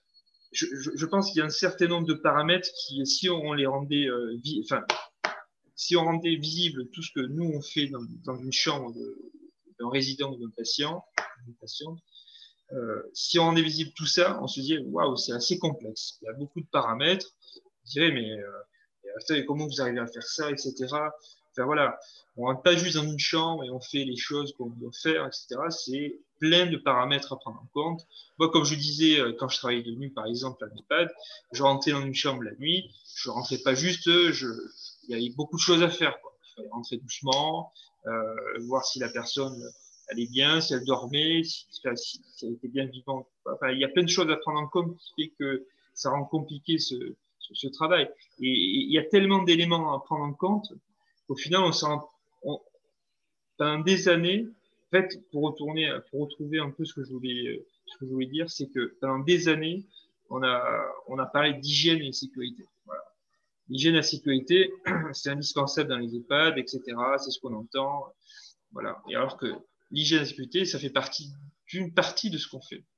je, je, je pense qu'il y a un certain nombre de paramètres qui, si on les rendait, euh, vi enfin, si on rendait visible tout ce que nous on fait dans, dans une chambre d'un résident ou d'un patient, patient euh, si on rendait visible tout ça, on se dit waouh, c'est assez complexe. Il y a beaucoup de paramètres. On dirait mais euh, comment vous arrivez à faire ça, et cetera. Enfin voilà, on rentre pas juste dans une chambre et on fait les choses qu'on doit faire, et cetera. C'est plein de paramètres à prendre en compte. Moi, comme je disais, quand je travaillais de nuit, par exemple, à l'EHPAD, je rentrais dans une chambre la nuit, je rentrais pas juste, je, il y avait beaucoup de choses à faire, quoi. Il fallait rentrer doucement, euh, voir si la personne elle est bien, si elle dormait, si, si, si elle était bien vivante. Enfin, il y a plein de choses à prendre en compte qui fait que ça rend compliqué ce, ce, ce travail. Et, et il y a tellement d'éléments à prendre en compte qu'au final, on s'en, on, pendant des années, en fait, pour retourner, pour retrouver un peu ce que je voulais, ce que je voulais dire, c'est que pendant des années, on a, on a parlé d'hygiène et de sécurité. Voilà. L'hygiène et la sécurité, c'est indispensable dans les EHPAD, et cetera. C'est ce qu'on entend. Voilà. Et alors que l'hygiène et la sécurité, ça fait partie d'une partie de ce qu'on fait.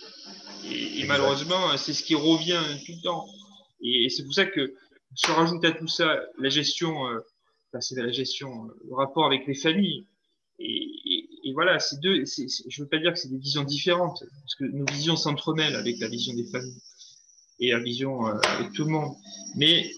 Et, et malheureusement, c'est ce qui revient tout le temps. Et, et c'est pour ça que se rajoute à tout ça la gestion, euh, enfin, c'est la gestion, le rapport avec les familles. Et, et, et voilà, c'est deux. C est, c est, je ne veux pas dire que c'est des visions différentes, parce que nos visions s'entremêlent avec la vision des familles et la vision euh, avec tout le monde. Mais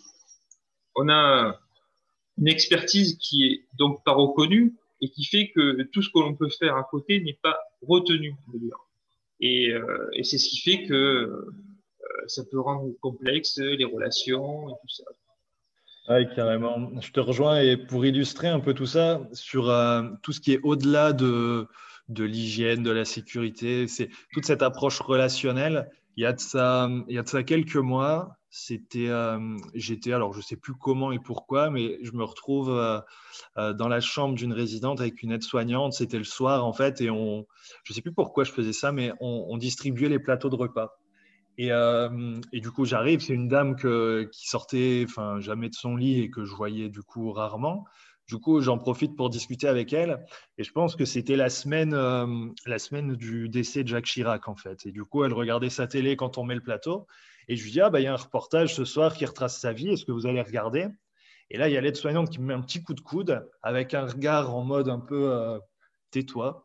on a une expertise qui est donc pas reconnue et qui fait que tout ce que l'on peut faire à côté n'est pas retenu. Et, euh, et c'est ce qui fait que euh, ça peut rendre complexe les relations et tout ça. Oui, carrément. Je te rejoins et pour illustrer un peu tout ça, sur euh, tout ce qui est au-delà de, de l'hygiène, de la sécurité, c'est toute cette approche relationnelle. Il y a de ça, il y a de ça quelques mois, c'était, euh, j'étais, alors je sais plus comment et pourquoi, mais je me retrouve euh, euh, dans la chambre d'une résidente avec une aide-soignante. C'était le soir en fait et on, je sais plus pourquoi je faisais ça, mais on, on distribuait les plateaux de repas. Et, euh, et du coup, j'arrive, c'est une dame que, qui sortait enfin, jamais de son lit et que je voyais du coup rarement. Du coup, j'en profite pour discuter avec elle. Et je pense que c'était la semaine, euh, la semaine du décès de Jacques Chirac, en fait. Et du coup, elle regardait sa télé quand on met le plateau. Et je lui dis, ah, bah, il y a un reportage ce soir qui retrace sa vie. Est-ce que vous allez regarder? Et là, il y a l'aide-soignante qui me met un petit coup de coude avec un regard en mode un peu euh, tais-toi.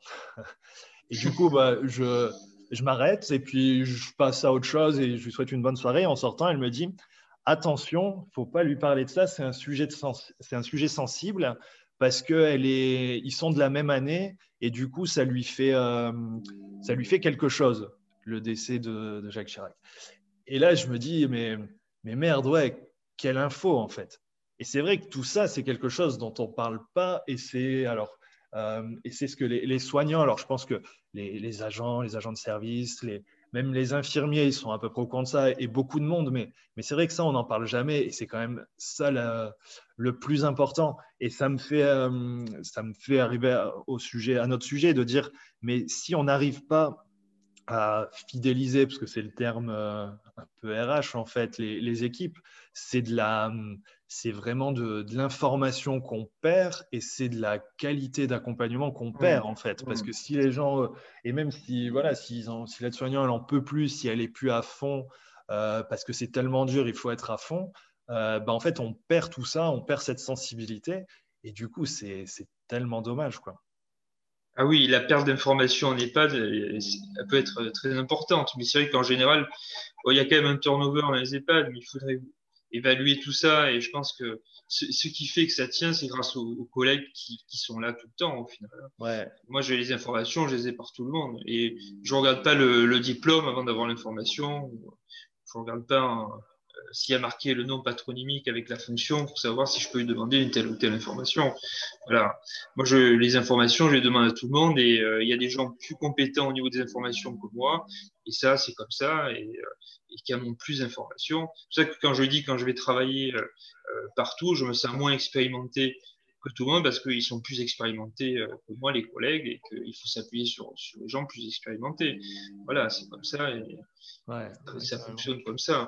Et du coup, bah, je, je m'arrête et puis je passe à autre chose et je lui souhaite une bonne soirée. En sortant, elle me dit attention, il ne faut pas lui parler de ça, c'est un sujet, de sens- c'est un sujet sensible parce qu'ils sont de la même année et du coup, ça lui fait, euh, ça lui fait quelque chose, le décès de, de Jacques Chirac. Et là, je me dis mais, mais merde, ouais, quelle info en fait. Et c'est vrai que tout ça, c'est quelque chose dont on ne parle pas et c'est alors. Euh, et c'est ce que les, les soignants, alors je pense que les, les agents, les agents de service, les, même les infirmiers, ils sont à peu près au courant de ça et beaucoup de monde, mais, mais c'est vrai que ça, on n'en parle jamais et c'est quand même ça la, le plus important. Et ça me fait, euh, ça me fait arriver au sujet, à notre sujet de dire, mais si on n'arrive pas à fidéliser, parce que c'est le terme euh, un peu R H en fait, les, les équipes, c'est de la, c'est vraiment de, de l'information qu'on perd et c'est de la qualité d'accompagnement qu'on Mmh. perd en fait, parce Mmh. que si les gens euh, et même si voilà, si, si l'aide-soignant elle en peut plus, si elle est plus à fond, euh, parce que c'est tellement dur, il faut être à fond. Euh, bah, en fait, on perd tout ça, on perd cette sensibilité et du coup, c'est c'est tellement dommage quoi. Ah oui, la perte d'informations en EHPAD, elle, elle peut être très importante, mais c'est vrai qu'en général, bon, il y a quand même un turnover dans les EHPAD, mais il faudrait évaluer tout ça. Et je pense que ce, ce qui fait que ça tient, c'est grâce aux, aux collègues qui, qui sont là tout le temps, au final. Ouais. Moi, j'ai les informations, je les ai par tout le monde. Et je regarde pas le, le diplôme avant d'avoir l'information. Je regarde pas un, s'il y a marqué le nom patronymique avec la fonction pour savoir si je peux lui demander une telle ou telle information. Voilà. Moi, je, les informations, je les demande à tout le monde et euh, il y a des gens plus compétents au niveau des informations que moi. Et ça, c'est comme ça. Et, euh, et qui ont plus d'informations. C'est pour ça que quand je dis, quand je vais travailler euh, euh, partout, je me sens moins expérimenté que tout le monde parce qu'ils sont plus expérimentés euh, que moi, les collègues, et qu'il faut s'appuyer sur, sur les gens plus expérimentés. Voilà, c'est comme ça. Et, Ouais, ouais, ça carrément. fonctionne comme ça.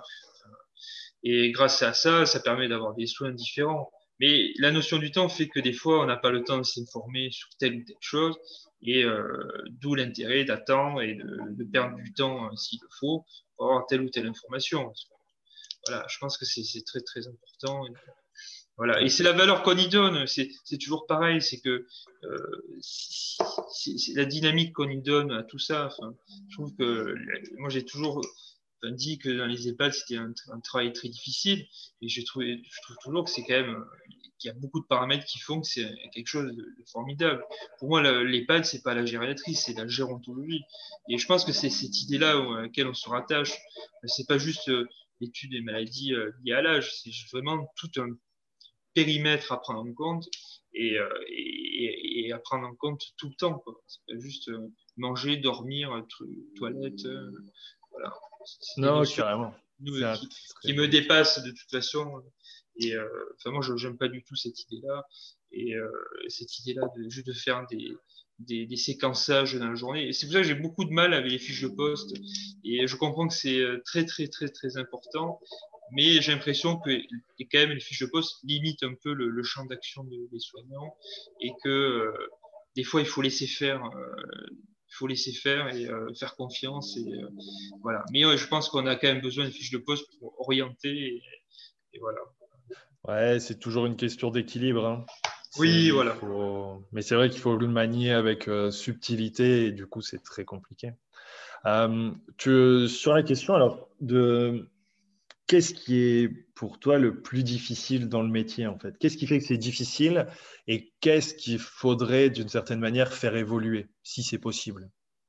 Et grâce à ça, ça permet d'avoir des soins différents. Mais la notion du temps fait que des fois, on n'a pas le temps de s'informer sur telle ou telle chose, et euh, d'où l'intérêt d'attendre et de, de perdre du temps euh, s'il le faut pour avoir telle ou telle information. Voilà, je pense que c'est très très important. Et, voilà, et Ouais. c'est la valeur qu'on y donne. C'est toujours pareil, c'est que euh, c'est la dynamique qu'on y donne à tout ça. Enfin, je trouve que moi j'ai toujours on dit que dans les EHPAD, c'était un, un, travail très difficile. Et je trouve, je trouve toujours que c'est quand même qu'il y a beaucoup de paramètres qui font que c'est quelque chose de, de formidable. Pour moi, l'EHPAD, c'est pas la gériatrie, c'est la gérontologie. Et je pense que c'est cette idée-là à laquelle on se rattache. C'est pas juste euh, l'étude des maladies euh, liées à l'âge, c'est vraiment tout un périmètre à prendre en compte et, euh, et, et à prendre en compte tout le temps. C'est pas juste euh, manger, dormir, toilette. Euh, voilà. C'est des Non, notions carrément. C'est un- qui, c'est très qui me compliqué. dépassent de toute façon. Et euh, enfin, moi, je n'aime pas du tout cette idée-là. Et euh, cette idée-là de juste de faire des, des, des séquençages dans la journée. Et c'est pour ça que j'ai beaucoup de mal avec les fiches de poste. Et je comprends que c'est très, très, très, très important. Mais j'ai l'impression que quand même les fiches de poste limitent un peu le, le champ d'action de, des soignants et que euh, des fois il faut laisser faire, euh, il faut laisser faire et euh, faire confiance et euh, voilà. Mais ouais, je pense qu'on a quand même besoin de fiches de poste pour orienter et, et voilà. Ouais, c'est toujours une question d'équilibre, hein. C'est, Oui, il voilà. faut... Mais c'est vrai qu'il faut le manier avec euh, subtilité et du coup, c'est très compliqué. Euh, tu, sur la question, alors, de qu'est-ce qui est pour toi le plus difficile dans le métier, en fait? Qu'est-ce qui fait que c'est difficile et qu'est-ce qu'il faudrait, d'une certaine manière, faire évoluer, si c'est possible?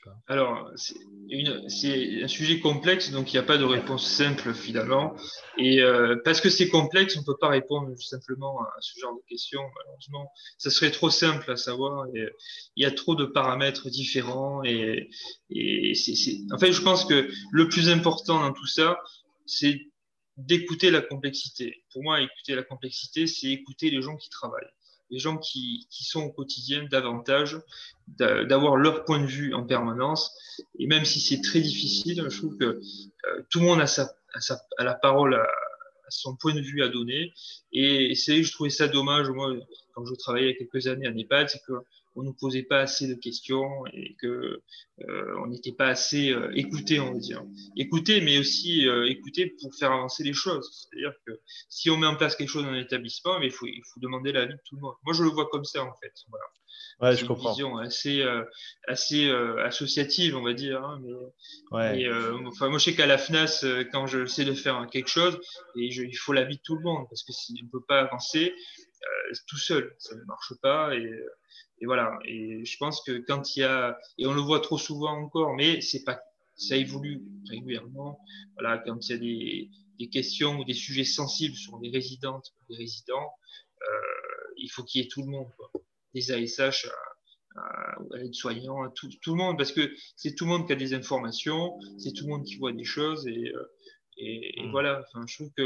Alors, c'est, une, c'est un sujet complexe, donc il n'y a pas de réponse simple finalement. Et euh, parce que c'est complexe, on ne peut pas répondre simplement à ce genre de questions, malheureusement. Ça serait trop simple à savoir. Et, il y a trop de paramètres différents. Et, et c'est, c'est... En fait, je pense que le plus important dans tout ça, c'est d'écouter la complexité. Pour moi, écouter la complexité, c'est écouter les gens qui travaillent, les gens qui, qui sont au quotidien davantage, d'avoir leur point de vue en permanence. Et même si c'est très difficile, je trouve que euh, tout le monde a, sa, a, sa, a la parole, à, à son point de vue à donner. Et c'est, je trouvais ça dommage, moi, quand je travaillais il y a quelques années à Népal, c'est que on nous posait pas assez de questions et que euh, on n'était pas assez euh, écouté, on va dire. Écouté, mais aussi euh, écouté pour faire avancer les choses. C'est-à-dire que si on met en place quelque chose dans un établissement, mais il faut, il faut demander l'avis de tout le monde. Moi, je le vois comme ça, en fait. Voilà. Ouais, C'est je une comprends. vision assez, euh, assez euh, associative, on va dire. Hein, mais Ouais. mais euh, enfin, moi, je sais qu'à la FNAS, euh, quand je sais de faire quelque chose, et je, il faut l'avis de tout le monde, parce que si on ne peut pas avancer euh, tout seul, ça ne marche pas. Et, et voilà. Et je pense que quand il y a, et on le voit trop souvent encore, mais c'est pas, ça évolue régulièrement. Voilà, quand il y a des, des questions ou des sujets sensibles sur les résidentes ou les résidents, euh, il faut qu'il y ait tout le monde, quoi. Des A S H à, à, à l'aide-soignant, à tout, tout le monde, parce que c'est tout le monde qui a des informations, c'est tout le monde qui voit des choses, et, euh, et, et Mm. voilà. Enfin, je trouve que,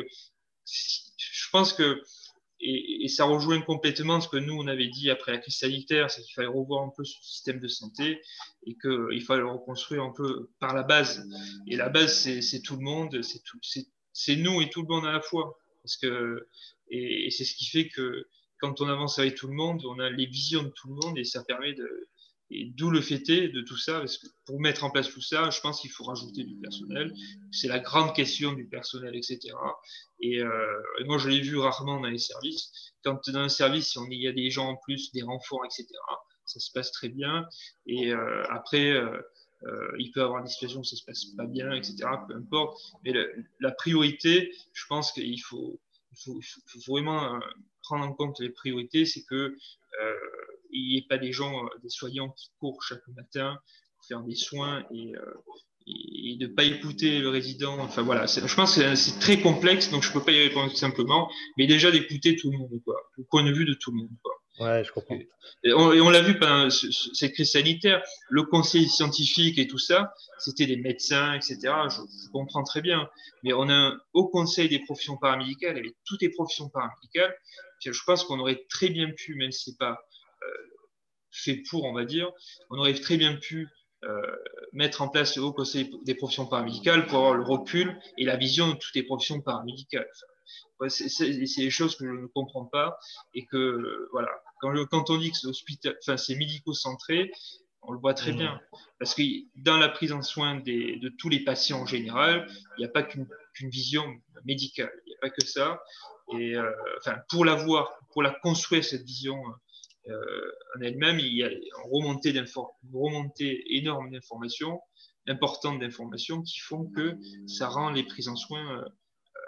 je pense que et, et ça rejoint complètement ce que nous, on avait dit après la crise sanitaire, c'est qu'il fallait revoir un peu ce système de santé et qu'il fallait le reconstruire un peu par la base. Et la base, c'est tout le monde, c'est nous et tout le monde à la fois. Parce que, et, et c'est ce qui fait que quand on avance avec tout le monde, on a les visions de tout le monde et ça permet de... Et d'où le fait est de tout ça, parce que pour mettre en place tout ça, je pense qu'il faut rajouter du personnel. C'est la grande question du personnel, et cetera. Et, euh, et moi, je l'ai vu rarement dans les services. Quand dans un service, il y a des gens en plus, des renforts, et cetera, ça se passe très bien. Et euh, après, euh, euh, il peut y avoir des situations où ça se passe pas bien, et cetera. Peu importe. Mais le, la priorité, je pense qu'il faut, il faut, il faut vraiment euh, prendre en compte les priorités, c'est que euh, il n'y ait pas des gens, euh, des soignants qui courent chaque matin pour faire des soins et, euh, et de ne pas écouter le résident. Enfin voilà, je pense que c'est très complexe, donc je ne peux pas y répondre tout simplement, mais déjà d'écouter tout le monde, quoi, le point de vue de tout le monde, quoi. Ouais, je comprends. Et on, et on l'a vu pendant cette crise sanitaire, le conseil scientifique et tout ça, c'était des médecins, et cetera. Je, je comprends très bien, mais on a un haut conseil des professions paramédicales, avec toutes les professions paramédicales. Je pense qu'on aurait très bien pu, même si c'est pas euh, fait pour, on va dire, on aurait très bien pu euh, mettre en place le Haut Conseil des professions paramédicales pour avoir le recul et la vision de toutes les professions paramédicales. Enfin, c'est des choses que je ne comprends pas et que, euh, voilà, quand, quand on dit que c'est enfin, c'est médico-centré, on le voit très Mm. bien. Parce que dans la prise en soin des, de tous les patients en général, il n'y a pas qu'une qu'une vision médicale, il n'y a pas que ça. Et euh, enfin, pour l'avoir, pour la construire, cette vision euh, en elle-même, il y a une remontée, une remontée énorme d'informations, importante d'informations, qui font que ça rend les prises en soin euh,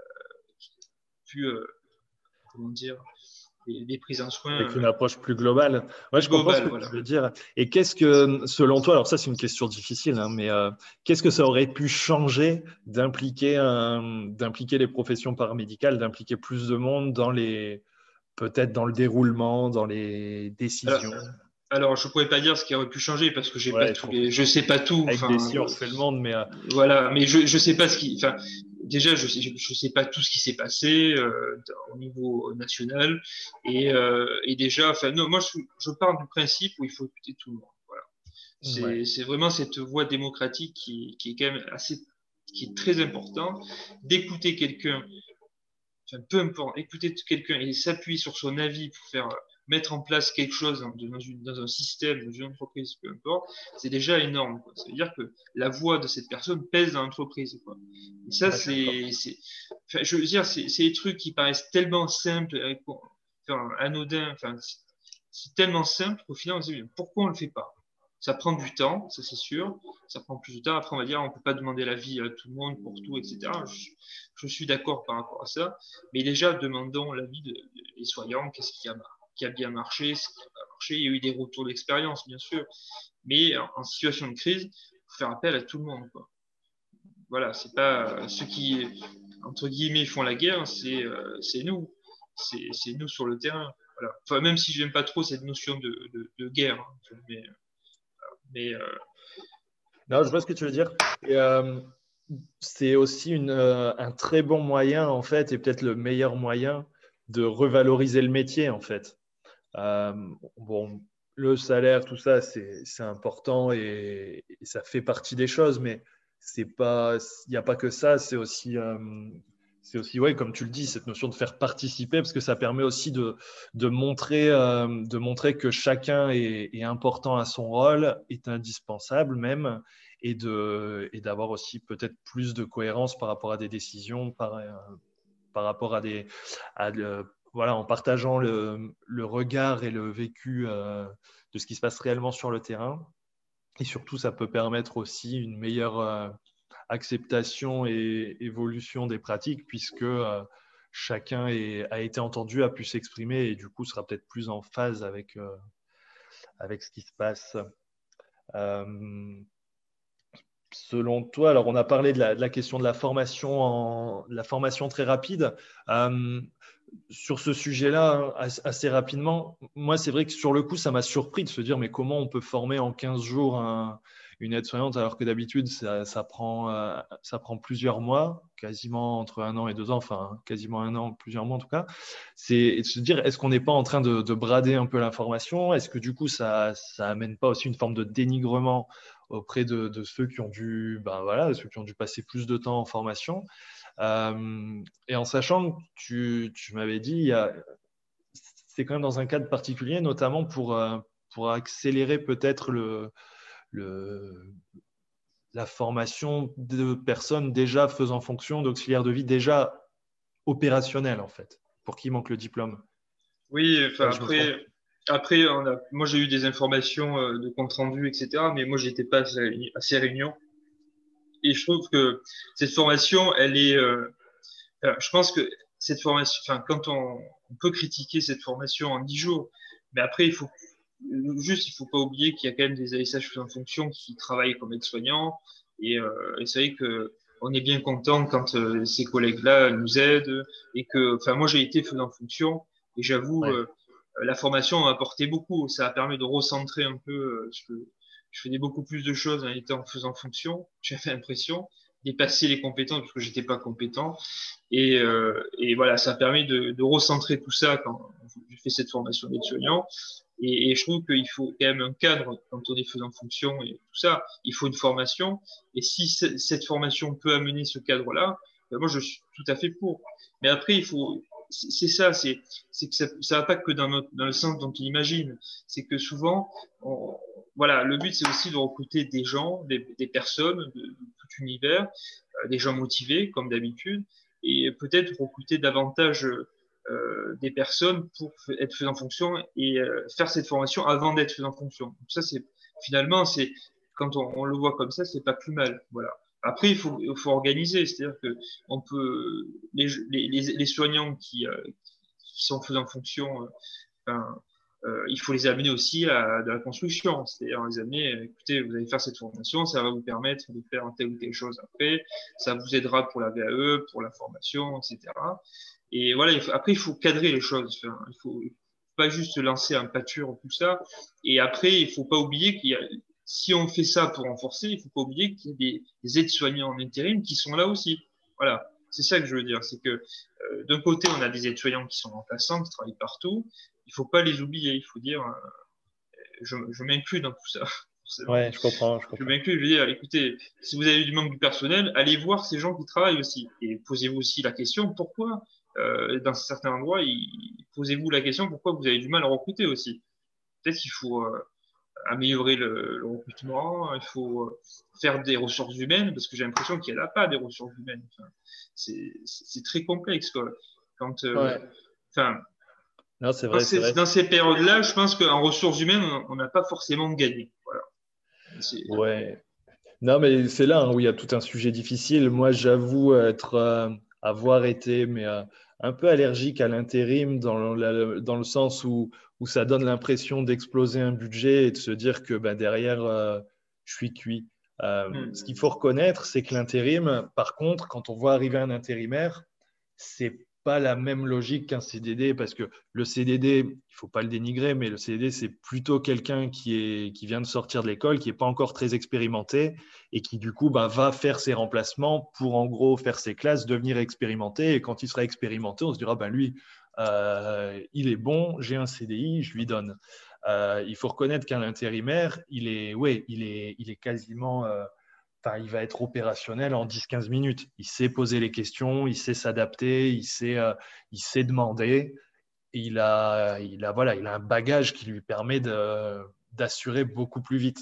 plus, euh, comment dire, des, des, prises en soin Avec euh, une approche plus globale. Ouais, plus je comprends ce globales. que Voilà. tu veux dire. Et qu'est-ce que, selon toi, alors ça c'est une question difficile, hein, mais euh, qu'est-ce que ça aurait pu changer d'impliquer d'impliquer les professions paramédicales, d'impliquer plus de monde dans les, peut-être dans le déroulement, dans les décisions? Alors, alors, je pourrais pas dire ce qui aurait pu changer parce que j'ai pas Ouais, je tous comprends. les, je sais pas tout. Avec des Enfin, si on refait le monde, mais euh, voilà, mais je je sais pas ce qui, enfin, déjà je sais je sais pas tout ce qui s'est passé euh, au niveau national et euh, et déjà, enfin non, moi je je pars du principe où il faut écouter tout le monde. Voilà, ouais. c'est c'est vraiment cette voie démocratique qui qui est quand même assez qui est très important d'écouter quelqu'un, enfin, peu importe, écouter quelqu'un et s'appuyer sur son avis pour faire mettre en place quelque chose dans, une, dans un système, dans une entreprise, peu importe, c'est déjà énorme, quoi. Ça veut dire que la voix de cette personne pèse dans l'entreprise, quoi. Et ça, Ouais, c'est, enfin, je veux dire, c'est des trucs qui paraissent tellement simples, enfin, anodins, enfin, c'est tellement simple qu'au final, on se dit, pourquoi on le fait pas? Ça prend du temps, ça c'est sûr. Ça prend plus de temps. Après, on va dire, on peut pas demander l'avis à tout le monde pour tout, et cetera. Je, je suis d'accord par rapport à ça. Mais déjà, demandons l'avis de, de, des soignants. Qu'est-ce qui a, qui a bien marché, ce qui n'a pas marché. Il y a eu des retours d'expérience, bien sûr. Mais en, en situation de crise, il faut faire appel à tout le monde, quoi. Voilà, c'est pas ceux qui, entre guillemets, font la guerre, c'est euh, c'est nous. C'est c'est nous sur le terrain. Voilà. Enfin, même si je n'aime pas trop cette notion de, de, de guerre, hein, mais, mais euh, Non, je vois ce que tu veux dire. Et, euh, c'est aussi une, euh, un très bon moyen, en fait, et peut-être le meilleur moyen de revaloriser le métier, en fait. Euh, bon, le salaire, tout ça, c'est, c'est important et, et ça fait partie des choses, mais c'est pas, il n'y a pas que ça, c'est aussi, euh, c'est aussi, ouais, comme tu le dis, cette notion de faire participer, parce que ça permet aussi de, de montrer, euh, de montrer que chacun est, est important à son rôle, est indispensable même, et de, et d'avoir aussi peut-être plus de cohérence par rapport à des décisions, par, euh, par rapport à des, à, euh, voilà, en partageant le, le regard et le vécu euh, de ce qui se passe réellement sur le terrain. Et surtout, ça peut permettre aussi une meilleure euh, acceptation et évolution des pratiques, puisque euh, chacun est, a été entendu, a pu s'exprimer et du coup sera peut-être plus en phase avec, euh, avec ce qui se passe. Euh, Selon toi, alors on a parlé de la, de la question de la formation, en, de la formation très rapide. Euh, sur ce sujet-là, assez rapidement, moi, c'est vrai que sur le coup, ça m'a surpris de se dire, mais comment on peut former en quinze jours un, une aide-soignante alors que d'habitude, ça, ça, prend, euh, ça prend plusieurs mois, quasiment entre un an et deux ans, enfin, quasiment un an, plusieurs mois en tout cas. C'est de se dire, est-ce qu'on n'est pas en train de, de brader un peu l'information? Est-ce que du coup, ça ça amène pas aussi une forme de dénigrement auprès de, de ceux qui ont dû, ben voilà, ceux qui ont dû passer plus de temps en formation? Euh, et en sachant que tu, tu m'avais dit, il y a, c'est quand même dans un cadre particulier, notamment pour, euh, pour accélérer peut-être le, le, la formation de personnes déjà faisant fonction d'auxiliaire de vie, déjà opérationnelles en fait, pour qui manque le diplôme. oui, Ouais, enfin je me trompe. après, après on a, moi j'ai eu des informations euh, de compte rendu, et cetera. Mais moi j'étais pas à ces à ces réunions. Et je trouve que cette formation, elle est, euh, alors, je pense que cette formation, enfin, quand on, on peut critiquer cette formation en dix jours, mais après, il faut juste, il faut pas oublier qu'il y a quand même des A S H en fonction qui travaillent comme aides-soignants. Et, euh, et c'est vrai que on est bien content quand euh, ces collègues-là nous aident et que, enfin, moi, j'ai été faisant fonction et j'avoue, Ouais. euh, la formation m'a apporté beaucoup. Ça a permis de recentrer un peu, euh, ce que je faisais beaucoup plus de choses en étant faisant fonction. J'avais l'impression dépasser les compétences parce que j'étais pas compétent. Et, euh, et voilà, ça permet de, de recentrer tout ça quand j'ai fait cette formation d'aide-soignant. Et, et je trouve qu'il faut quand même un cadre quand on est faisant fonction et tout ça. Il faut une formation. Et si cette formation peut amener ce cadre-là, ben moi je suis tout à fait pour. Mais après, il faut, c'est ça, c'est c'est que ça, ça va pas que dans, notre, dans le sens dont on imagine. C'est que souvent, on, voilà, le but c'est aussi de recruter des gens, des, des personnes de, de tout univers, euh, des gens motivés comme d'habitude, et peut-être recruter davantage euh, des personnes pour être fait en fonction et euh, faire cette formation avant d'être fait en fonction. Donc ça, c'est finalement, c'est quand on, on, le voit comme ça, c'est pas plus mal. Voilà. Après, il faut, il faut organiser, c'est-à-dire que on peut les, les, les soignants qui, euh, qui sont faits en fonction, euh, enfin, euh, il faut les amener aussi à de la construction, c'est-à-dire les amener, euh, écoutez, vous allez faire cette formation, ça va vous permettre de faire telle ou telle chose après, ça vous aidera pour la V A E, pour la formation, et cetera. Et voilà, il faut, après, il faut cadrer les choses, enfin, il faut pas juste se lancer un pâture, tout ça. Et après, il faut pas oublier qu'il y a, si on fait ça pour renforcer, il faut pas oublier qu'il y a des, des aides-soignants en intérim qui sont là aussi. Voilà, c'est ça que je veux dire, c'est que euh, d'un côté, on a des aides-soignants qui sont remplaçants, qui travaillent partout. Il faut pas les oublier. Il faut dire, euh, je, je m'inclus dans tout ça, forcément. Ouais, je comprends, je Je comprends. m'inclus. Je veux dire, écoutez, si vous avez du manque du personnel, allez voir ces gens qui travaillent aussi et posez-vous aussi la question pourquoi, euh, dans certains endroits, il, posez-vous la question pourquoi vous avez du mal à recruter aussi. Peut-être qu'il faut euh, améliorer le, le recrutement, il faut euh, faire des ressources humaines parce que j'ai l'impression qu'il n'y en a pas des ressources humaines. Enfin, c'est, c'est très complexe quoi. Quand, euh, Ouais. enfin, Non, c'est dans vrai, c'est ces, vrai. dans ces périodes-là, je pense qu'en ressources humaines, on n'a pas forcément gagné. Voilà. C'est, Ouais. Non, mais c'est là hein, où il y a tout un sujet difficile. Moi, j'avoue être, euh, avoir été mais, euh, un peu allergique à l'intérim dans le, dans le sens où, où ça donne l'impression d'exploser un budget et de se dire que ben, derrière, euh, je suis cuit. Euh, Hmm. ce qu'il faut reconnaître, c'est que l'intérim, par contre, quand on voit arriver un intérimaire, c'est pas la même logique qu'un C D D parce que le C D D, il faut pas le dénigrer, mais le C D D, c'est plutôt quelqu'un qui, est, qui vient de sortir de l'école, qui n'est pas encore très expérimenté et qui, du coup, bah, va faire ses remplacements pour, en gros, faire ses classes, devenir expérimenté. Et quand il sera expérimenté, on se dira, ben, lui, euh, il est bon, j'ai un C D I, je lui donne. Euh, il faut reconnaître qu'un intérimaire, il est, ouais, il est, il est quasiment… Euh, Enfin, il va être opérationnel en dix quinze minutes. Il sait poser les questions, il sait s'adapter, il sait, euh, il sait demander. Et il a, il, a, voilà, il a un bagage qui lui permet de, d'assurer beaucoup plus vite.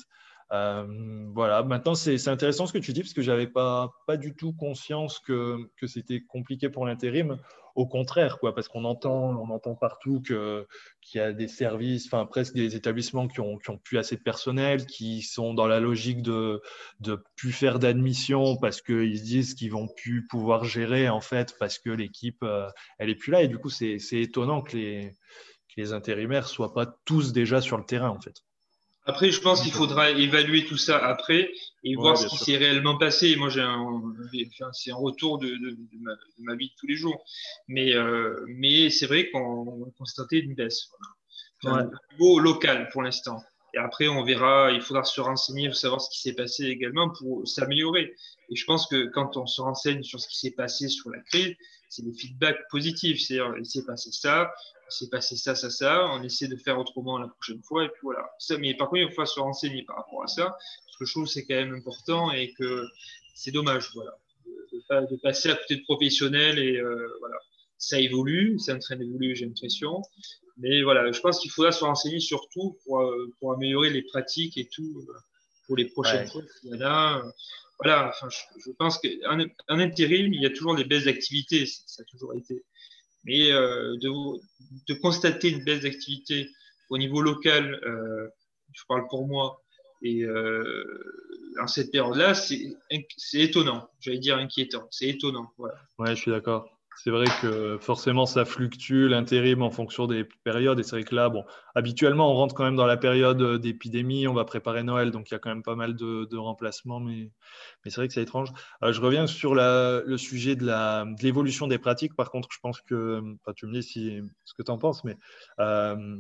Euh, voilà. Maintenant, c'est, c'est intéressant ce que tu dis parce que je n'avais pas, pas du tout conscience que, que c'était compliqué pour l'intérim. Au contraire, quoi, parce qu'on entend, on entend partout que, qu'il y a des services, enfin presque des établissements qui ont, qui ont plus assez de personnel, qui sont dans la logique de de plus faire d'admission parce qu'ils se disent qu'ils vont plus pouvoir gérer en fait parce que l'équipe euh, elle est plus là et du coup c'est, c'est étonnant que les, que les intérimaires soient pas tous déjà sur le terrain en fait. Après, je pense qu'il faudra évaluer tout ça après et voir Ouais, ce bien qui sûr. s'est réellement passé. Moi, j'ai un, enfin, c'est un retour de, de, de, ma, de ma vie de tous les jours. Mais, euh, mais c'est vrai qu'on a constaté une baisse. Voilà. Ouais. Enfin, au niveau local pour l'instant. Et après, on verra, il faudra se renseigner pour savoir ce qui s'est passé également pour s'améliorer. Et je pense que quand on se renseigne sur ce qui s'est passé sur la crise, c'est des feedbacks positifs. C'est-à-dire, il s'est passé ça, il s'est passé ça, ça, ça, on essaie de faire autrement la prochaine fois, et puis voilà. Ça, mais par contre, il faut se renseigner par rapport à ça, parce que je trouve que c'est quand même important et que c'est dommage, voilà, de, de, de passer à côté de professionnels et euh, voilà. Ça évolue, c'est en train d'évoluer, j'ai l'impression. Mais voilà, je pense qu'il faudra se renseigner surtout pour, euh, pour améliorer les pratiques et tout euh, pour les prochaines Ouais. fois. S'il y en a, euh, voilà, enfin, je, je pense qu'en en intérim, il y a toujours des baisses d'activité, ça a toujours été. Mais euh, de, de constater une baisse d'activité au niveau local, euh, je parle pour moi, et euh, en cette période-là, c'est c'est étonnant, j'allais dire inquiétant, c'est étonnant. Voilà. Ouais, je suis d'accord. C'est vrai que forcément, ça fluctue l'intérim en fonction des périodes. Et c'est vrai que là, bon, habituellement, on rentre quand même dans la période d'épidémie, on va préparer Noël, donc il y a quand même pas mal de, de remplacements, mais, mais c'est vrai que c'est étrange. Euh, je reviens sur la, le sujet de la, de l'évolution des pratiques. Par contre, je pense que, enfin, tu me dis si, ce que tu en penses, mais euh,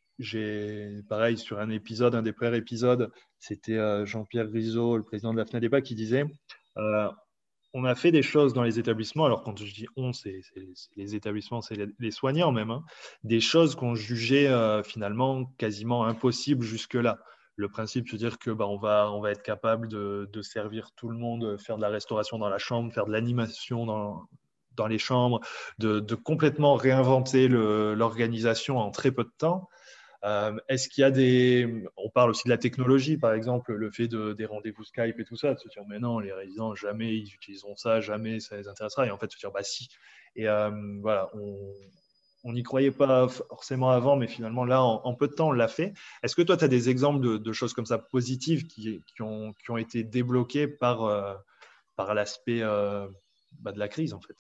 j'ai, pareil, sur un épisode, un des premiers épisodes, c'était euh, Jean-Pierre Rizzo, le président de la FNADEPA, qui disait euh, on a fait des choses dans les établissements, alors quand je dis on, c'est, c'est, c'est les établissements, c'est les, les soignants même, hein, des choses qu'on jugeait euh, finalement quasiment impossibles jusque-là. Le principe, c'est de dire que bah, on va, on va être capable de, de servir tout le monde, faire de la restauration dans la chambre, faire de l'animation dans, dans les chambres, de, de complètement réinventer le, l'organisation en très peu de temps. Euh, est-ce qu'il y a des… On parle aussi de la technologie, par exemple, le fait de, des rendez-vous Skype et tout ça, de se dire, mais non, les résidents, jamais ils utiliseront ça, jamais ça les intéressera. Et en fait, de se dire, bah si. Et euh, voilà, on n'y croyait pas forcément avant, mais finalement, là, en, en peu de temps, on l'a fait. Est-ce que toi, tu as des exemples de, de, choses comme ça positives qui, qui, ont, qui ont été débloquées par, euh, par l'aspect euh, bah, de la crise, en fait?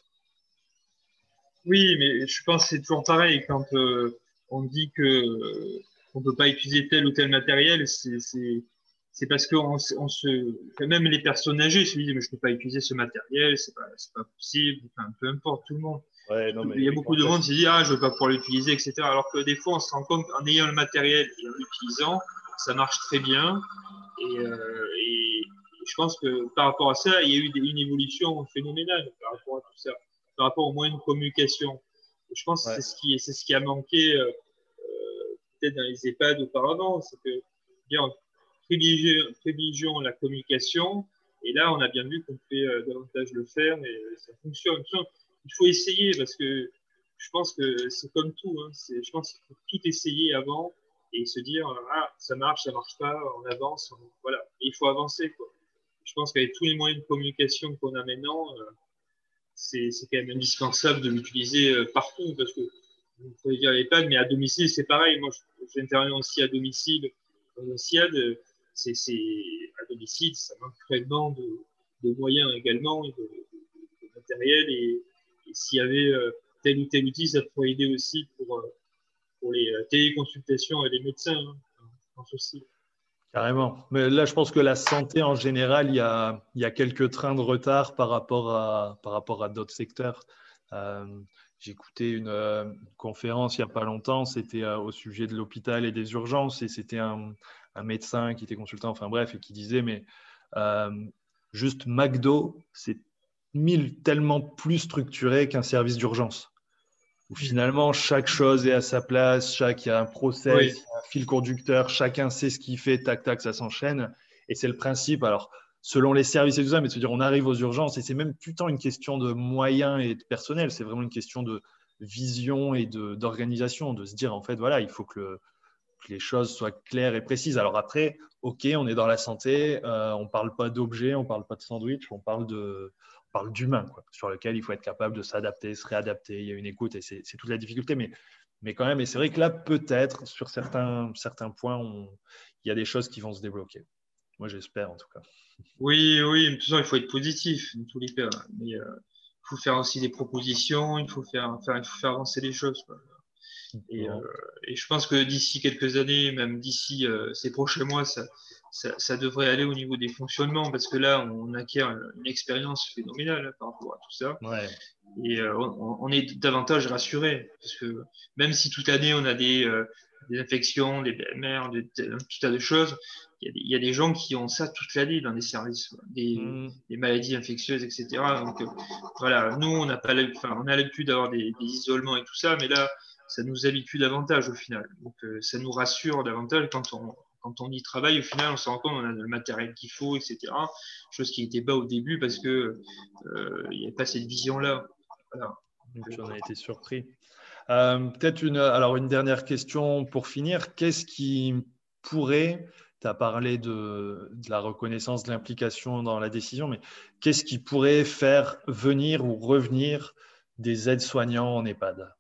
Oui, mais je pense que c'est toujours pareil quand euh, on dit que euh, on peut pas utiliser tel ou tel matériel, c'est c'est c'est parce que on, se- on se même les personnes âgées se disent mais je peux pas utiliser ce matériel, c'est pas c'est pas possible, enfin peu importe tout le monde. Ouais, non, Il mais y a les beaucoup grands de monde qui classiques. se dit ah je veux pas pouvoir l'utiliser et cetera. Alors que des fois on se rend compte qu'en ayant le matériel et en l'utilisant ça marche très bien et, euh, et je pense que par rapport à ça il y a eu des- une évolution phénoménale par rapport à tout ça, par rapport au moyen de communication. Je pense que Ouais. c'est ce qui, c'est ce qui a manqué euh, peut-être dans les EHPAD auparavant, c'est que bien, privilégions, privilégions la communication, et là on a bien vu qu'on peut euh, davantage le faire et euh, ça fonctionne. Il faut essayer parce que je pense que c'est comme tout, hein, c'est, je pense qu'il faut tout essayer avant et se dire ah ça marche, ça marche pas, on avance, on, voilà. Et il faut avancer quoi. Je pense qu'avec tous les moyens de communication qu'on a maintenant, euh, c'est c'est quand même indispensable de l'utiliser euh, partout parce que vous pouvez dire l'EHPAD, mais à domicile, c'est pareil. Moi, j'interviens aussi à domicile dans un SIAD. C'est, c'est, à domicile, ça manque cruellement de, de moyens également, et de, de, de matériel. Et, et s'il y avait euh, tel ou tel outil, ça pourrait aider aussi pour, euh, pour les euh, téléconsultations et les médecins, hein, je pense aussi. Carrément. Mais là, je pense que la santé en général, il y a, il y a quelques trains de retard par rapport à, par rapport à d'autres secteurs. Euh, j'ai écouté une, euh, une conférence il n'y a pas longtemps, c'était euh, au sujet de l'hôpital et des urgences, et c'était un, un médecin qui était consultant, enfin bref, et qui disait, mais euh, juste McDo, c'est mille tellement plus structuré qu'un service d'urgence, où finalement chaque chose est à sa place, chaque, il y a un process, Oui, il y a un fil conducteur, chacun sait ce qu'il fait, tac, tac, ça s'enchaîne. Et c'est le principe, alors, selon les services et tout ça, mais de se dire, on arrive aux urgences, et c'est même plus tant une question de moyens et de personnel, c'est vraiment une question de vision et de, d'organisation, de se dire, en fait, voilà, il faut que, le, que les choses soient claires et précises. Alors après, OK, on est dans la santé, euh, on ne parle pas d'objets, on ne parle pas de sandwich, on parle de on parle d'humain, quoi, sur lequel il faut être capable de s'adapter, se réadapter. Il y a une écoute et c'est, c'est toute la difficulté. Mais, mais quand même, et c'est vrai que là, peut-être, sur certains, certains points, on, il y a des choses qui vont se débloquer. Moi, j'espère en tout cas. oui, oui. De toute façon, il faut être positif, dans tous les cas. Mais euh, il faut faire aussi des propositions, il faut faire, faire, il faut faire avancer les choses, quoi. Et, euh, Bon. et je pense que d'ici quelques années, même d'ici euh, ces prochains mois, ça, ça, ça devrait aller au niveau des fonctionnements, parce que là, on acquiert une expérience phénoménale, hein, par rapport à tout ça. Ouais. Et euh, on, on est davantage rassuré, parce que même si toute l'année on a des, euh, des infections, des B M R, des, des- un tout tas de choses, il y, a des, il y a des gens qui ont ça toute l'année dans les services, quoi. Des, Mmh. des maladies infectieuses, et cetera. Donc euh, voilà, nous on n'a pas, l'hab- enfin, on a l'habitude d'avoir des, des isolements et tout ça, mais là ça nous habitue davantage au final. Donc euh, ça nous rassure davantage quand on quand on y travaille. Au final, on se rend compte on a le matériel qu'il faut, et cetera. Chose qui n'était pas au début parce que euh, il n'y avait pas cette vision-là. Voilà. Et puis on a été surpris. Euh, peut-être une, alors une dernière question pour finir. Qu'est-ce qui pourrait, tu as parlé de, de la reconnaissance, de l'implication dans la décision, mais qu'est-ce qui pourrait faire venir ou revenir des aides-soignants en EHPAD?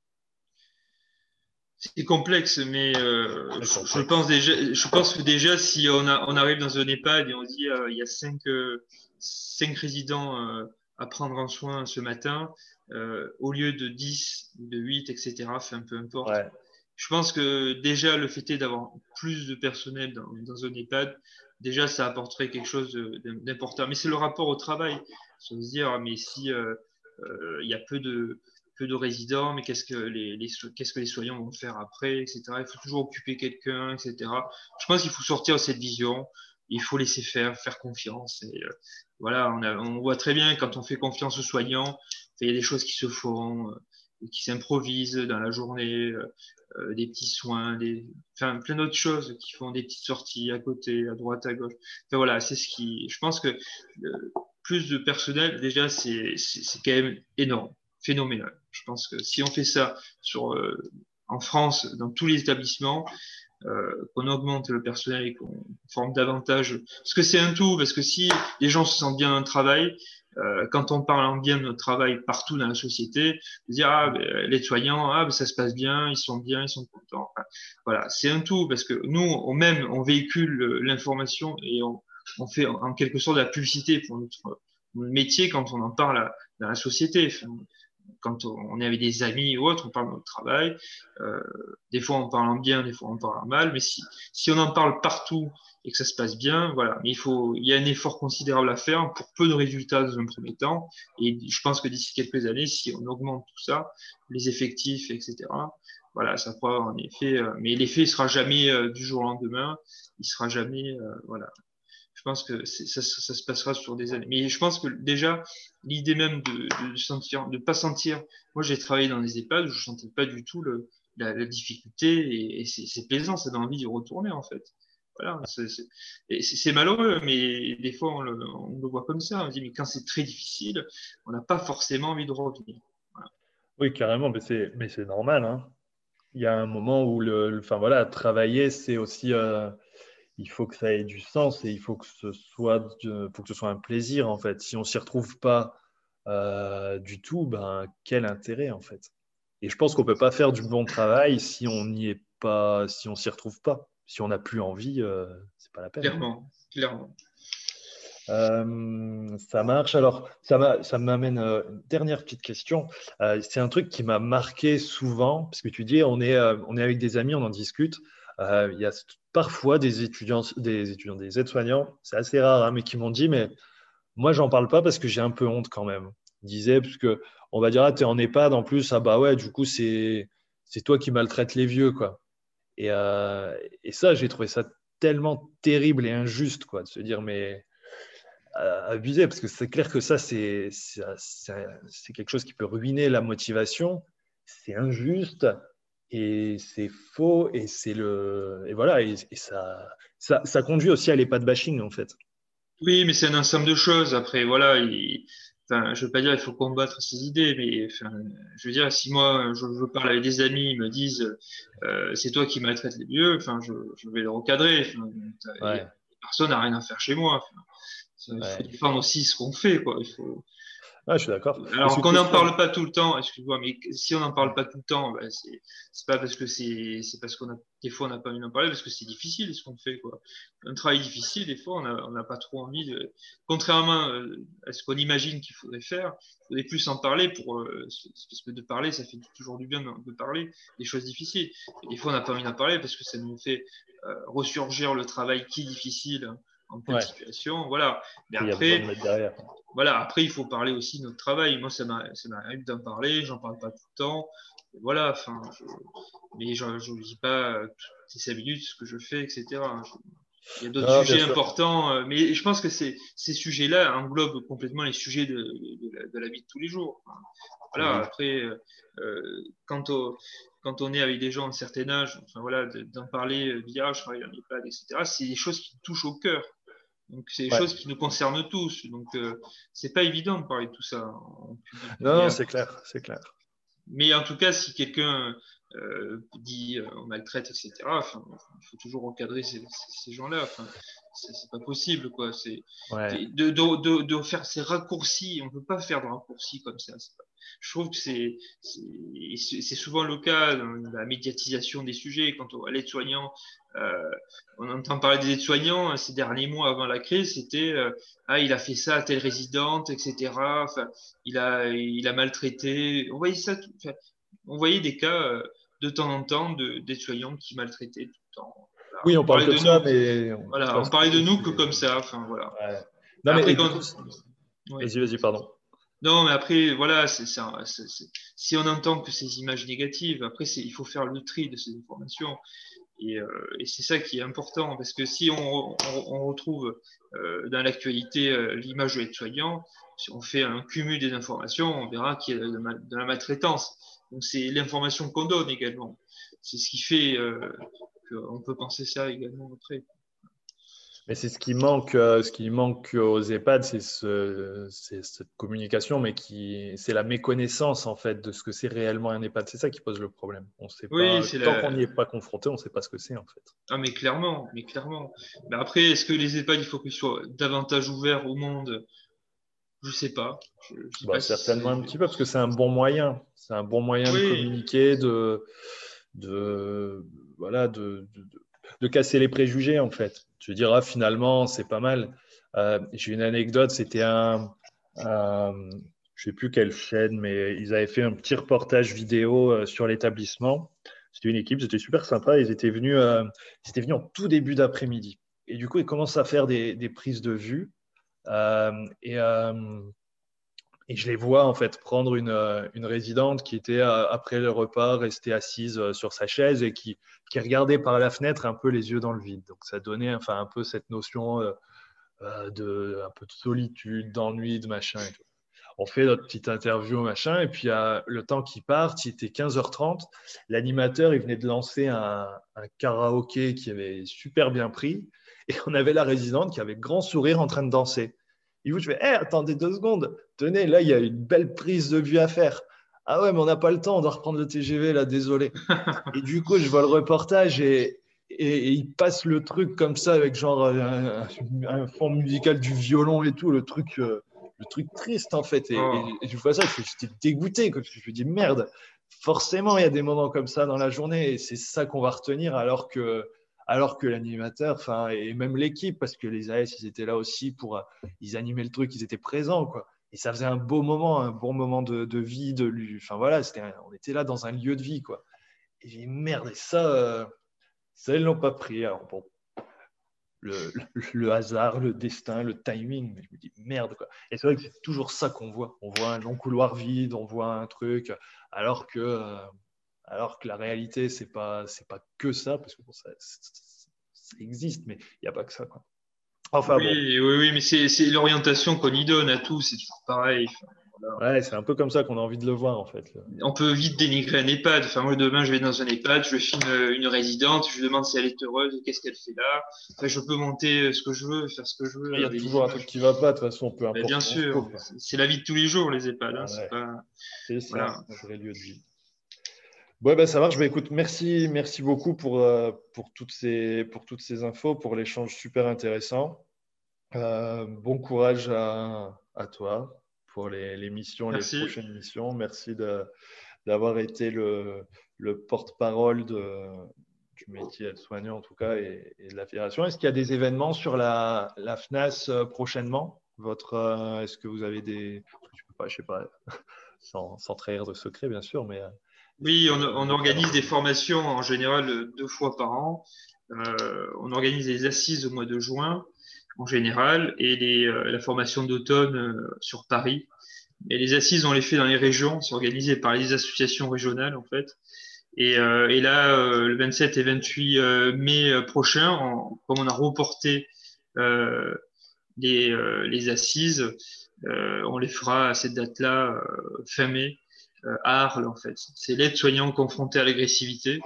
C'est complexe, mais euh, C'est je, je complexe. pense déjà, je pense que déjà, si on, a, on arrive dans un EHPAD et on dit euh, il y a cinq, euh, cinq résidents euh, à prendre en soin ce matin, euh, au lieu de dix, de huit, et cetera, enfin, peu importe. Ouais. Je pense que déjà, le fait est d'avoir plus de personnel dans, dans un EHPAD, déjà, ça apporterait quelque chose de- d'important. Mais c'est le rapport au travail. Se dire, mais si euh, euh, il y a peu de, peu de résidents, mais qu'est-ce que les, les so- qu'est-ce que les soignants vont faire après, et cetera. Il faut toujours occuper quelqu'un, et cetera. Je pense qu'il faut sortir de cette vision. Il faut laisser faire, faire confiance. Et euh, voilà, on, a, on voit très bien quand on fait confiance aux soignants, il y a des choses qui se font, euh, qui s'improvisent dans la journée, euh, euh, des petits soins, des, enfin plein d'autres choses qui font des petites sorties à côté, à droite, à gauche. Enfin voilà, c'est ce qui, je pense que euh, plus de personnel, déjà, c'est c'est c'est quand même énorme, phénoménal. Je pense que si on fait ça sur euh, en France, dans tous les établissements, euh, qu'on augmente le personnel et qu'on forme davantage. Parce que c'est un tout, parce que si les gens se sentent bien dans le travail, euh, quand on parle en bien de notre travail partout dans la société, dire ah ben, les soignants, ah ben, ça se passe bien, ils sont bien, ils sont contents. Enfin, voilà, c'est un tout parce que nous, on même on véhicule l'information et on, on fait en, en, quelque sorte de la publicité pour notre, notre métier quand on en parle à, dans la société. Enfin, quand on est avec des amis ou autres, on parle de notre travail. Euh, des fois, on parle en bien, des fois, on parle en mal. Mais si, si on en parle partout et que ça se passe bien, voilà. Mais il faut, il y a un effort considérable à faire pour peu de résultats dans un premier temps. Et je pense que d'ici quelques années, si on augmente tout ça, les effectifs, et cetera, voilà, ça pourra avoir un effet. Euh, mais l'effet ne sera jamais euh, du jour au lendemain. Il sera jamais, euh, voilà. Je pense que ça, ça, se passera sur des années. Mais je pense que déjà, l'idée même de, de sentir, de pas sentir. Moi, j'ai travaillé dans des EHPAD où je sentais pas du tout le, la, la difficulté et, et c'est plaisant, ça donne envie d'y retourner en fait. Voilà, c'est malheureux, mais des fois on le, on le voit comme ça. On dit, mais quand c'est très difficile, on n'a pas forcément envie de revenir. Voilà. Oui, carrément, mais c'est, mais c'est normal, hein. Il y a un moment où le, le- enfin voilà, travailler, c'est aussi, euh, il faut que ça ait du sens et il faut que ce soit, de- faut que ce soit un plaisir en fait. Si on s'y retrouve pas euh, du tout, ben quel intérêt en fait? Et je pense qu'on peut pas faire du bon travail si on n'y est pas, si on s'y retrouve pas. Si on n'a plus envie, euh, c'est pas la peine. Clairement, clairement. Euh, ça marche. Alors, ça m'a- ça m'amène à une dernière petite question. Euh, c'est un truc qui m'a marqué souvent, parce que tu dis, on est, euh, on est avec des amis, on en discute. Euh, il y a parfois des étudiants, des étudiants, des aides-soignants, c'est assez rare, hein, mais qui m'ont dit, mais moi, j'en parle pas parce que j'ai un peu honte quand même. Ils disaient, parce que on va dire, ah, t'es en EHPAD en plus, ah bah ouais, du coup, c'est, c'est toi qui maltraites les vieux, quoi. Et, euh, et ça, j'ai trouvé ça tellement terrible et injuste, quoi, de se dire, mais euh, abusé, parce que c'est clair que ça, c'est c'est c'est quelque chose qui peut ruiner la motivation. C'est injuste et c'est faux et c'est le et voilà et, et ça, ça ça conduit aussi à l'EHPAD bashing en fait. Oui, mais c'est un ensemble de choses. Après, voilà, il, enfin, je veux pas dire il faut combattre ces idées, mais enfin, je veux dire, si moi je, je parle avec des amis, ils me disent euh, c'est toi qui maltraites les vieux, enfin, je, je vais le recadrer. Enfin, y a- Ouais, personne n'a rien à faire chez moi. Enfin, ça, il faut ouais. défendre aussi ce qu'on fait, quoi. Il faut, Ouais, je suis d'accord. Et c'est alors une qu'on n'en question. parle pas tout le temps, excuse-moi, mais si on n'en parle pas tout le temps, ben c'est c'est pas parce que c'est c'est parce qu'on a des fois on n'a pas envie d'en parler parce que c'est difficile ce qu'on fait quoi. Un travail difficile, des fois on a on n'a pas trop envie de. Contrairement euh, à ce qu'on imagine qu'il faudrait faire, il faudrait plus en parler pour euh, parce que de parler ça fait toujours du bien de, de parler des choses difficiles. Et des fois on n'a pas envie d'en parler parce que ça nous fait euh, ressurgir le travail qui est difficile en pleine Ouais, situation, voilà. Mais il y a besoin de après mettre derrière. voilà, après, il faut parler aussi de notre travail. Moi, ça m'arrive d'en parler, j'en parle pas tout le temps. Et voilà, enfin, je, mais je ne dis pas euh, toutes ces cinq minutes ce que je fais, et cetera. Je- il y a d'autres Non, bien sujets sûr. importants, euh, mais je pense que ces, ces sujets-là englobent complètement les sujets de, de, la, de la vie de tous les jours. Enfin, voilà, Oui. après, euh, euh, quand, on, quand on est avec des gens d'un certain âge, enfin voilà, d'en parler euh, via, je travaille en EHPAD, et cetera, c'est des choses qui touchent au cœur. Donc, c'est des Ouais. choses qui nous concernent tous. Donc, euh, c'est pas évident de parler de tout ça en public. Non, Mais, non, euh, c'est clair, c'est clair. mais en tout cas, si quelqu'un euh, dit euh, on maltraite, et cetera, enfin, il faut toujours encadrer ces, ces, ces gens-là. Enfin, c'est c'est pas possible, quoi. C'est Ouais. de, de, de, de faire ces raccourcis. On peut pas faire de raccourcis comme ça. Pas, je trouve que c'est c'est souvent le cas dans la médiatisation des sujets. Quand on va l'aide-soignant, euh, on entend parler des aides-soignants hein, ces derniers mois avant la crise, c'était euh, ah il a fait ça à telle résidente, et cetera. Enfin, il a il a maltraité. On voyait ça. Tout, enfin, on voyait des cas euh, de temps en temps de d'aides-soignants qui maltraitaient tout le temps. Voilà. Oui, On on parle parlait que de de ça, nous. mais on Voilà, on passe parlait de trop. nous que C'est comme ça. Enfin voilà. ouais. Non, mais Après et du quand coup, oui. vas-y, vas-y, pardon. Non, mais après, voilà, c'est ça. c'est- c'est- Si on entend que ces images négatives, après, c'est, il faut faire le tri de ces informations. Et, euh, et c'est ça qui est important, parce que si on, on, on retrouve euh, dans l'actualité euh, l'image de l'aide-soignant, si on fait un cumul des informations, on verra qu'il y a de, mal- de la maltraitance. Donc c'est l'information qu'on donne également. C'est ce qui fait euh, qu'on peut penser ça également après. Mais c'est ce qui manque, euh, ce qui manque aux EHPAD, c'est ce, c'est cette communication, mais qui, c'est la méconnaissance en fait de ce que c'est réellement un EHPAD. C'est ça qui pose le problème. On sait Oui, pas, c'est tant qu'on la, n'y est pas confronté, on ne sait pas ce que c'est en fait. ah, mais clairement, mais clairement. Mais après, est-ce que les EHPAD, il faut qu'ils soient davantage ouverts au monde? Je sais pas. Je, je sais Bah, pas si certainement un c'est. petit peu, parce que c'est un bon moyen. C'est un bon moyen de Oui, communiquer, de, de, voilà, de, de, de casser les préjugés en fait. Tu veux dire, ah, finalement, c'est pas mal. Euh, j'ai une anecdote, c'était un, un je sais plus quelle chaîne, mais ils avaient fait un petit reportage vidéo euh, sur l'établissement. C'était une équipe, c'était super sympa. Ils étaient venus, euh, ils étaient venus en tout début d'après-midi. Et du coup, ils commencent à faire des, des prises de vue. Euh, et, euh, et je les vois en fait prendre une, euh, une résidente qui était euh, après le repas restée assise euh, sur sa chaise et qui, qui regardait par la fenêtre un peu les yeux dans le vide. Donc ça donnait enfin un peu cette notion euh, euh, de un peu de solitude, d'ennui, de machin et tout. On fait notre petite interview machin et puis euh, le temps qui part, il était quinze heures trente. L'animateur il venait de lancer un, un karaoké qui avait super bien pris et on avait la résidente qui avait grand sourire en train de danser. Et vous, je fais, hey, attendez deux secondes. Tenez, là, il y a une belle prise de vue à faire. Ah ouais, mais on n'a pas le temps, on doit reprendre le T G V, là, désolé. Et du coup, je vois le reportage et, et, et il passe le truc comme ça avec genre un, un fond musical du violon et tout, le truc, euh, le truc triste en fait. Et, et, oh, et je vois ça, j'étais dégoûté. Quoi, parce que je me dis, merde, forcément, il y a des moments comme ça dans la journée et c'est ça qu'on va retenir alors que alors que l'animateur, enfin, et même l'équipe, parce que les A S, ils étaient là aussi pour, ils animaient le truc, ils étaient présents, quoi. Et ça faisait un beau moment, un bon moment de, de vie, de lui. Enfin voilà, c'était un, on était là dans un lieu de vie, quoi. Et j'ai dit, merde, et ça, euh, ça ils l'ont pas pris. Alors bon, le, le, le hasard, le destin, le timing, mais je me dis merde, quoi. Et c'est vrai que c'est toujours ça qu'on voit. On voit un long couloir vide, on voit un truc, alors que euh, alors que la réalité, c'est pas c'est pas que ça, parce que bon, ça, ça, ça existe, mais il n'y a pas que ça, quoi. Enfin oui, bon. oui, oui, mais c'est, c'est l'orientation qu'on y donne à tout, c'est toujours pareil. Enfin, voilà. Ouais, c'est un peu comme ça qu'on a envie de le voir, en fait. On peut vite dénigrer un EHPAD. Enfin, moi, demain, je vais dans un EHPAD, je filme une résidente, je lui demande si elle est heureuse, qu'est-ce qu'elle fait là. Enfin, je peux monter ce que je veux, faire ce que je veux. Il y a avec toujours un truc qui ne va pas, de toute façon, peu importe. Mais bien sûr, c'est la vie de tous les jours, les EHPAD. Hein, ah, c'est ouais. pas... c'est ça, voilà. un vrai lieu de vie. Ouais, ben ça marche. Ben, écoute, merci, merci beaucoup pour, euh, pour, toutes ces, pour toutes ces infos, pour l'échange super intéressant. Euh, bon courage à, à toi pour les, les missions, merci. les prochaines missions. Merci de, d'avoir été le, le porte-parole de, du métier aide-soignant, en tout cas, et, et de la fédération. Est-ce qu'il y a des événements sur la, la FNAS prochainement? Votre, euh, est-ce que vous avez des… Je peux pas, je sais pas, sans, sans trahir de secret, bien sûr, mais… Oui, on, on organise des formations en général deux fois par an. Euh, on organise des assises au mois de juin en général et les, euh, la formation d'automne euh, sur Paris. Et les assises, on les fait dans les régions, c'est organisé par les associations régionales en fait. Et, euh, et là, euh, le vingt-sept et vingt-huit mai prochain, on, comme on a reporté euh, les, euh, les assises, euh, on les fera à cette date-là, euh, fin mai. À Arles, en fait. C'est l'aide-soignant confronté à l'agressivité.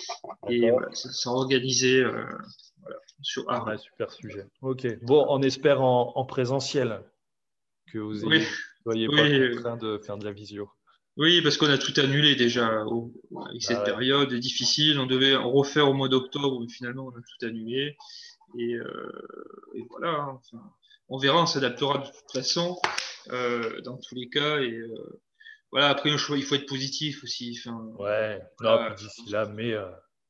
Et voilà, ça sera organisé euh, voilà, sur Arles. Ouais, super sujet. Ok. Bon, on espère en, en présentiel que vous ne oui. soyez oui. pas contraint de faire de la visio. Oui, parce qu'on a tout annulé déjà au, avec cette ah ouais. période difficile. On devait en refaire au mois d'octobre, mais finalement, on a tout annulé. Et, euh, et voilà. Enfin, on verra, on s'adaptera de toute façon, euh, dans tous les cas. Et, euh, voilà, après, il faut être positif aussi. Enfin, ouais, voilà. Non, puis d'ici là, mais. Euh,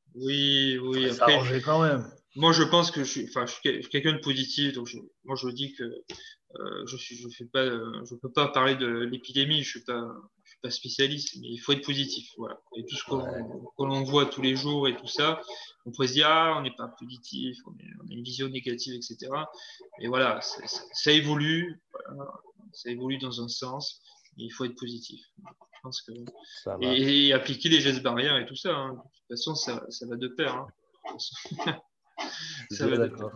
oui, oui. Ça va s'arranger quand même. Moi, je pense que je suis, enfin, je suis quelqu'un de positif, donc je, moi, je dis que euh, je suis, je fais pas, je peux pas parler de l'épidémie, je suis pas, je suis pas spécialiste, mais il faut être positif, voilà. Et tout ce qu'on ouais. qu'on voit tous les jours et tout ça, on pourrait se dire ah, on n'est pas positif, on, est, on a une vision négative, et cetera. Et voilà, ça, ça évolue, voilà, ça évolue dans un sens. Il faut être positif. Je pense que et, et appliquer les gestes barrières et tout ça. Hein. De toute façon, ça, ça va de pair. Hein. ça va d'accord.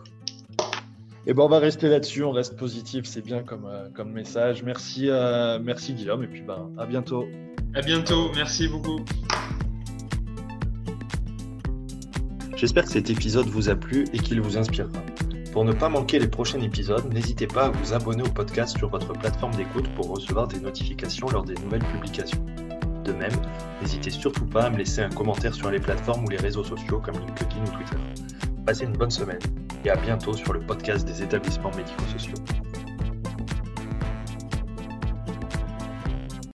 Et ben on va rester là-dessus. On reste positif. C'est bien comme, euh, comme message. Merci, euh, merci Guillaume. Et puis ben à bientôt. À bientôt. Merci beaucoup. J'espère que cet épisode vous a plu et qu'il vous inspirera. Pour ne pas manquer les prochains épisodes, n'hésitez pas à vous abonner au podcast sur votre plateforme d'écoute pour recevoir des notifications lors des nouvelles publications. De même, n'hésitez surtout pas à me laisser un commentaire sur les plateformes ou les réseaux sociaux comme LinkedIn ou Twitter. Passez une bonne semaine et à bientôt sur le podcast des établissements médico-sociaux.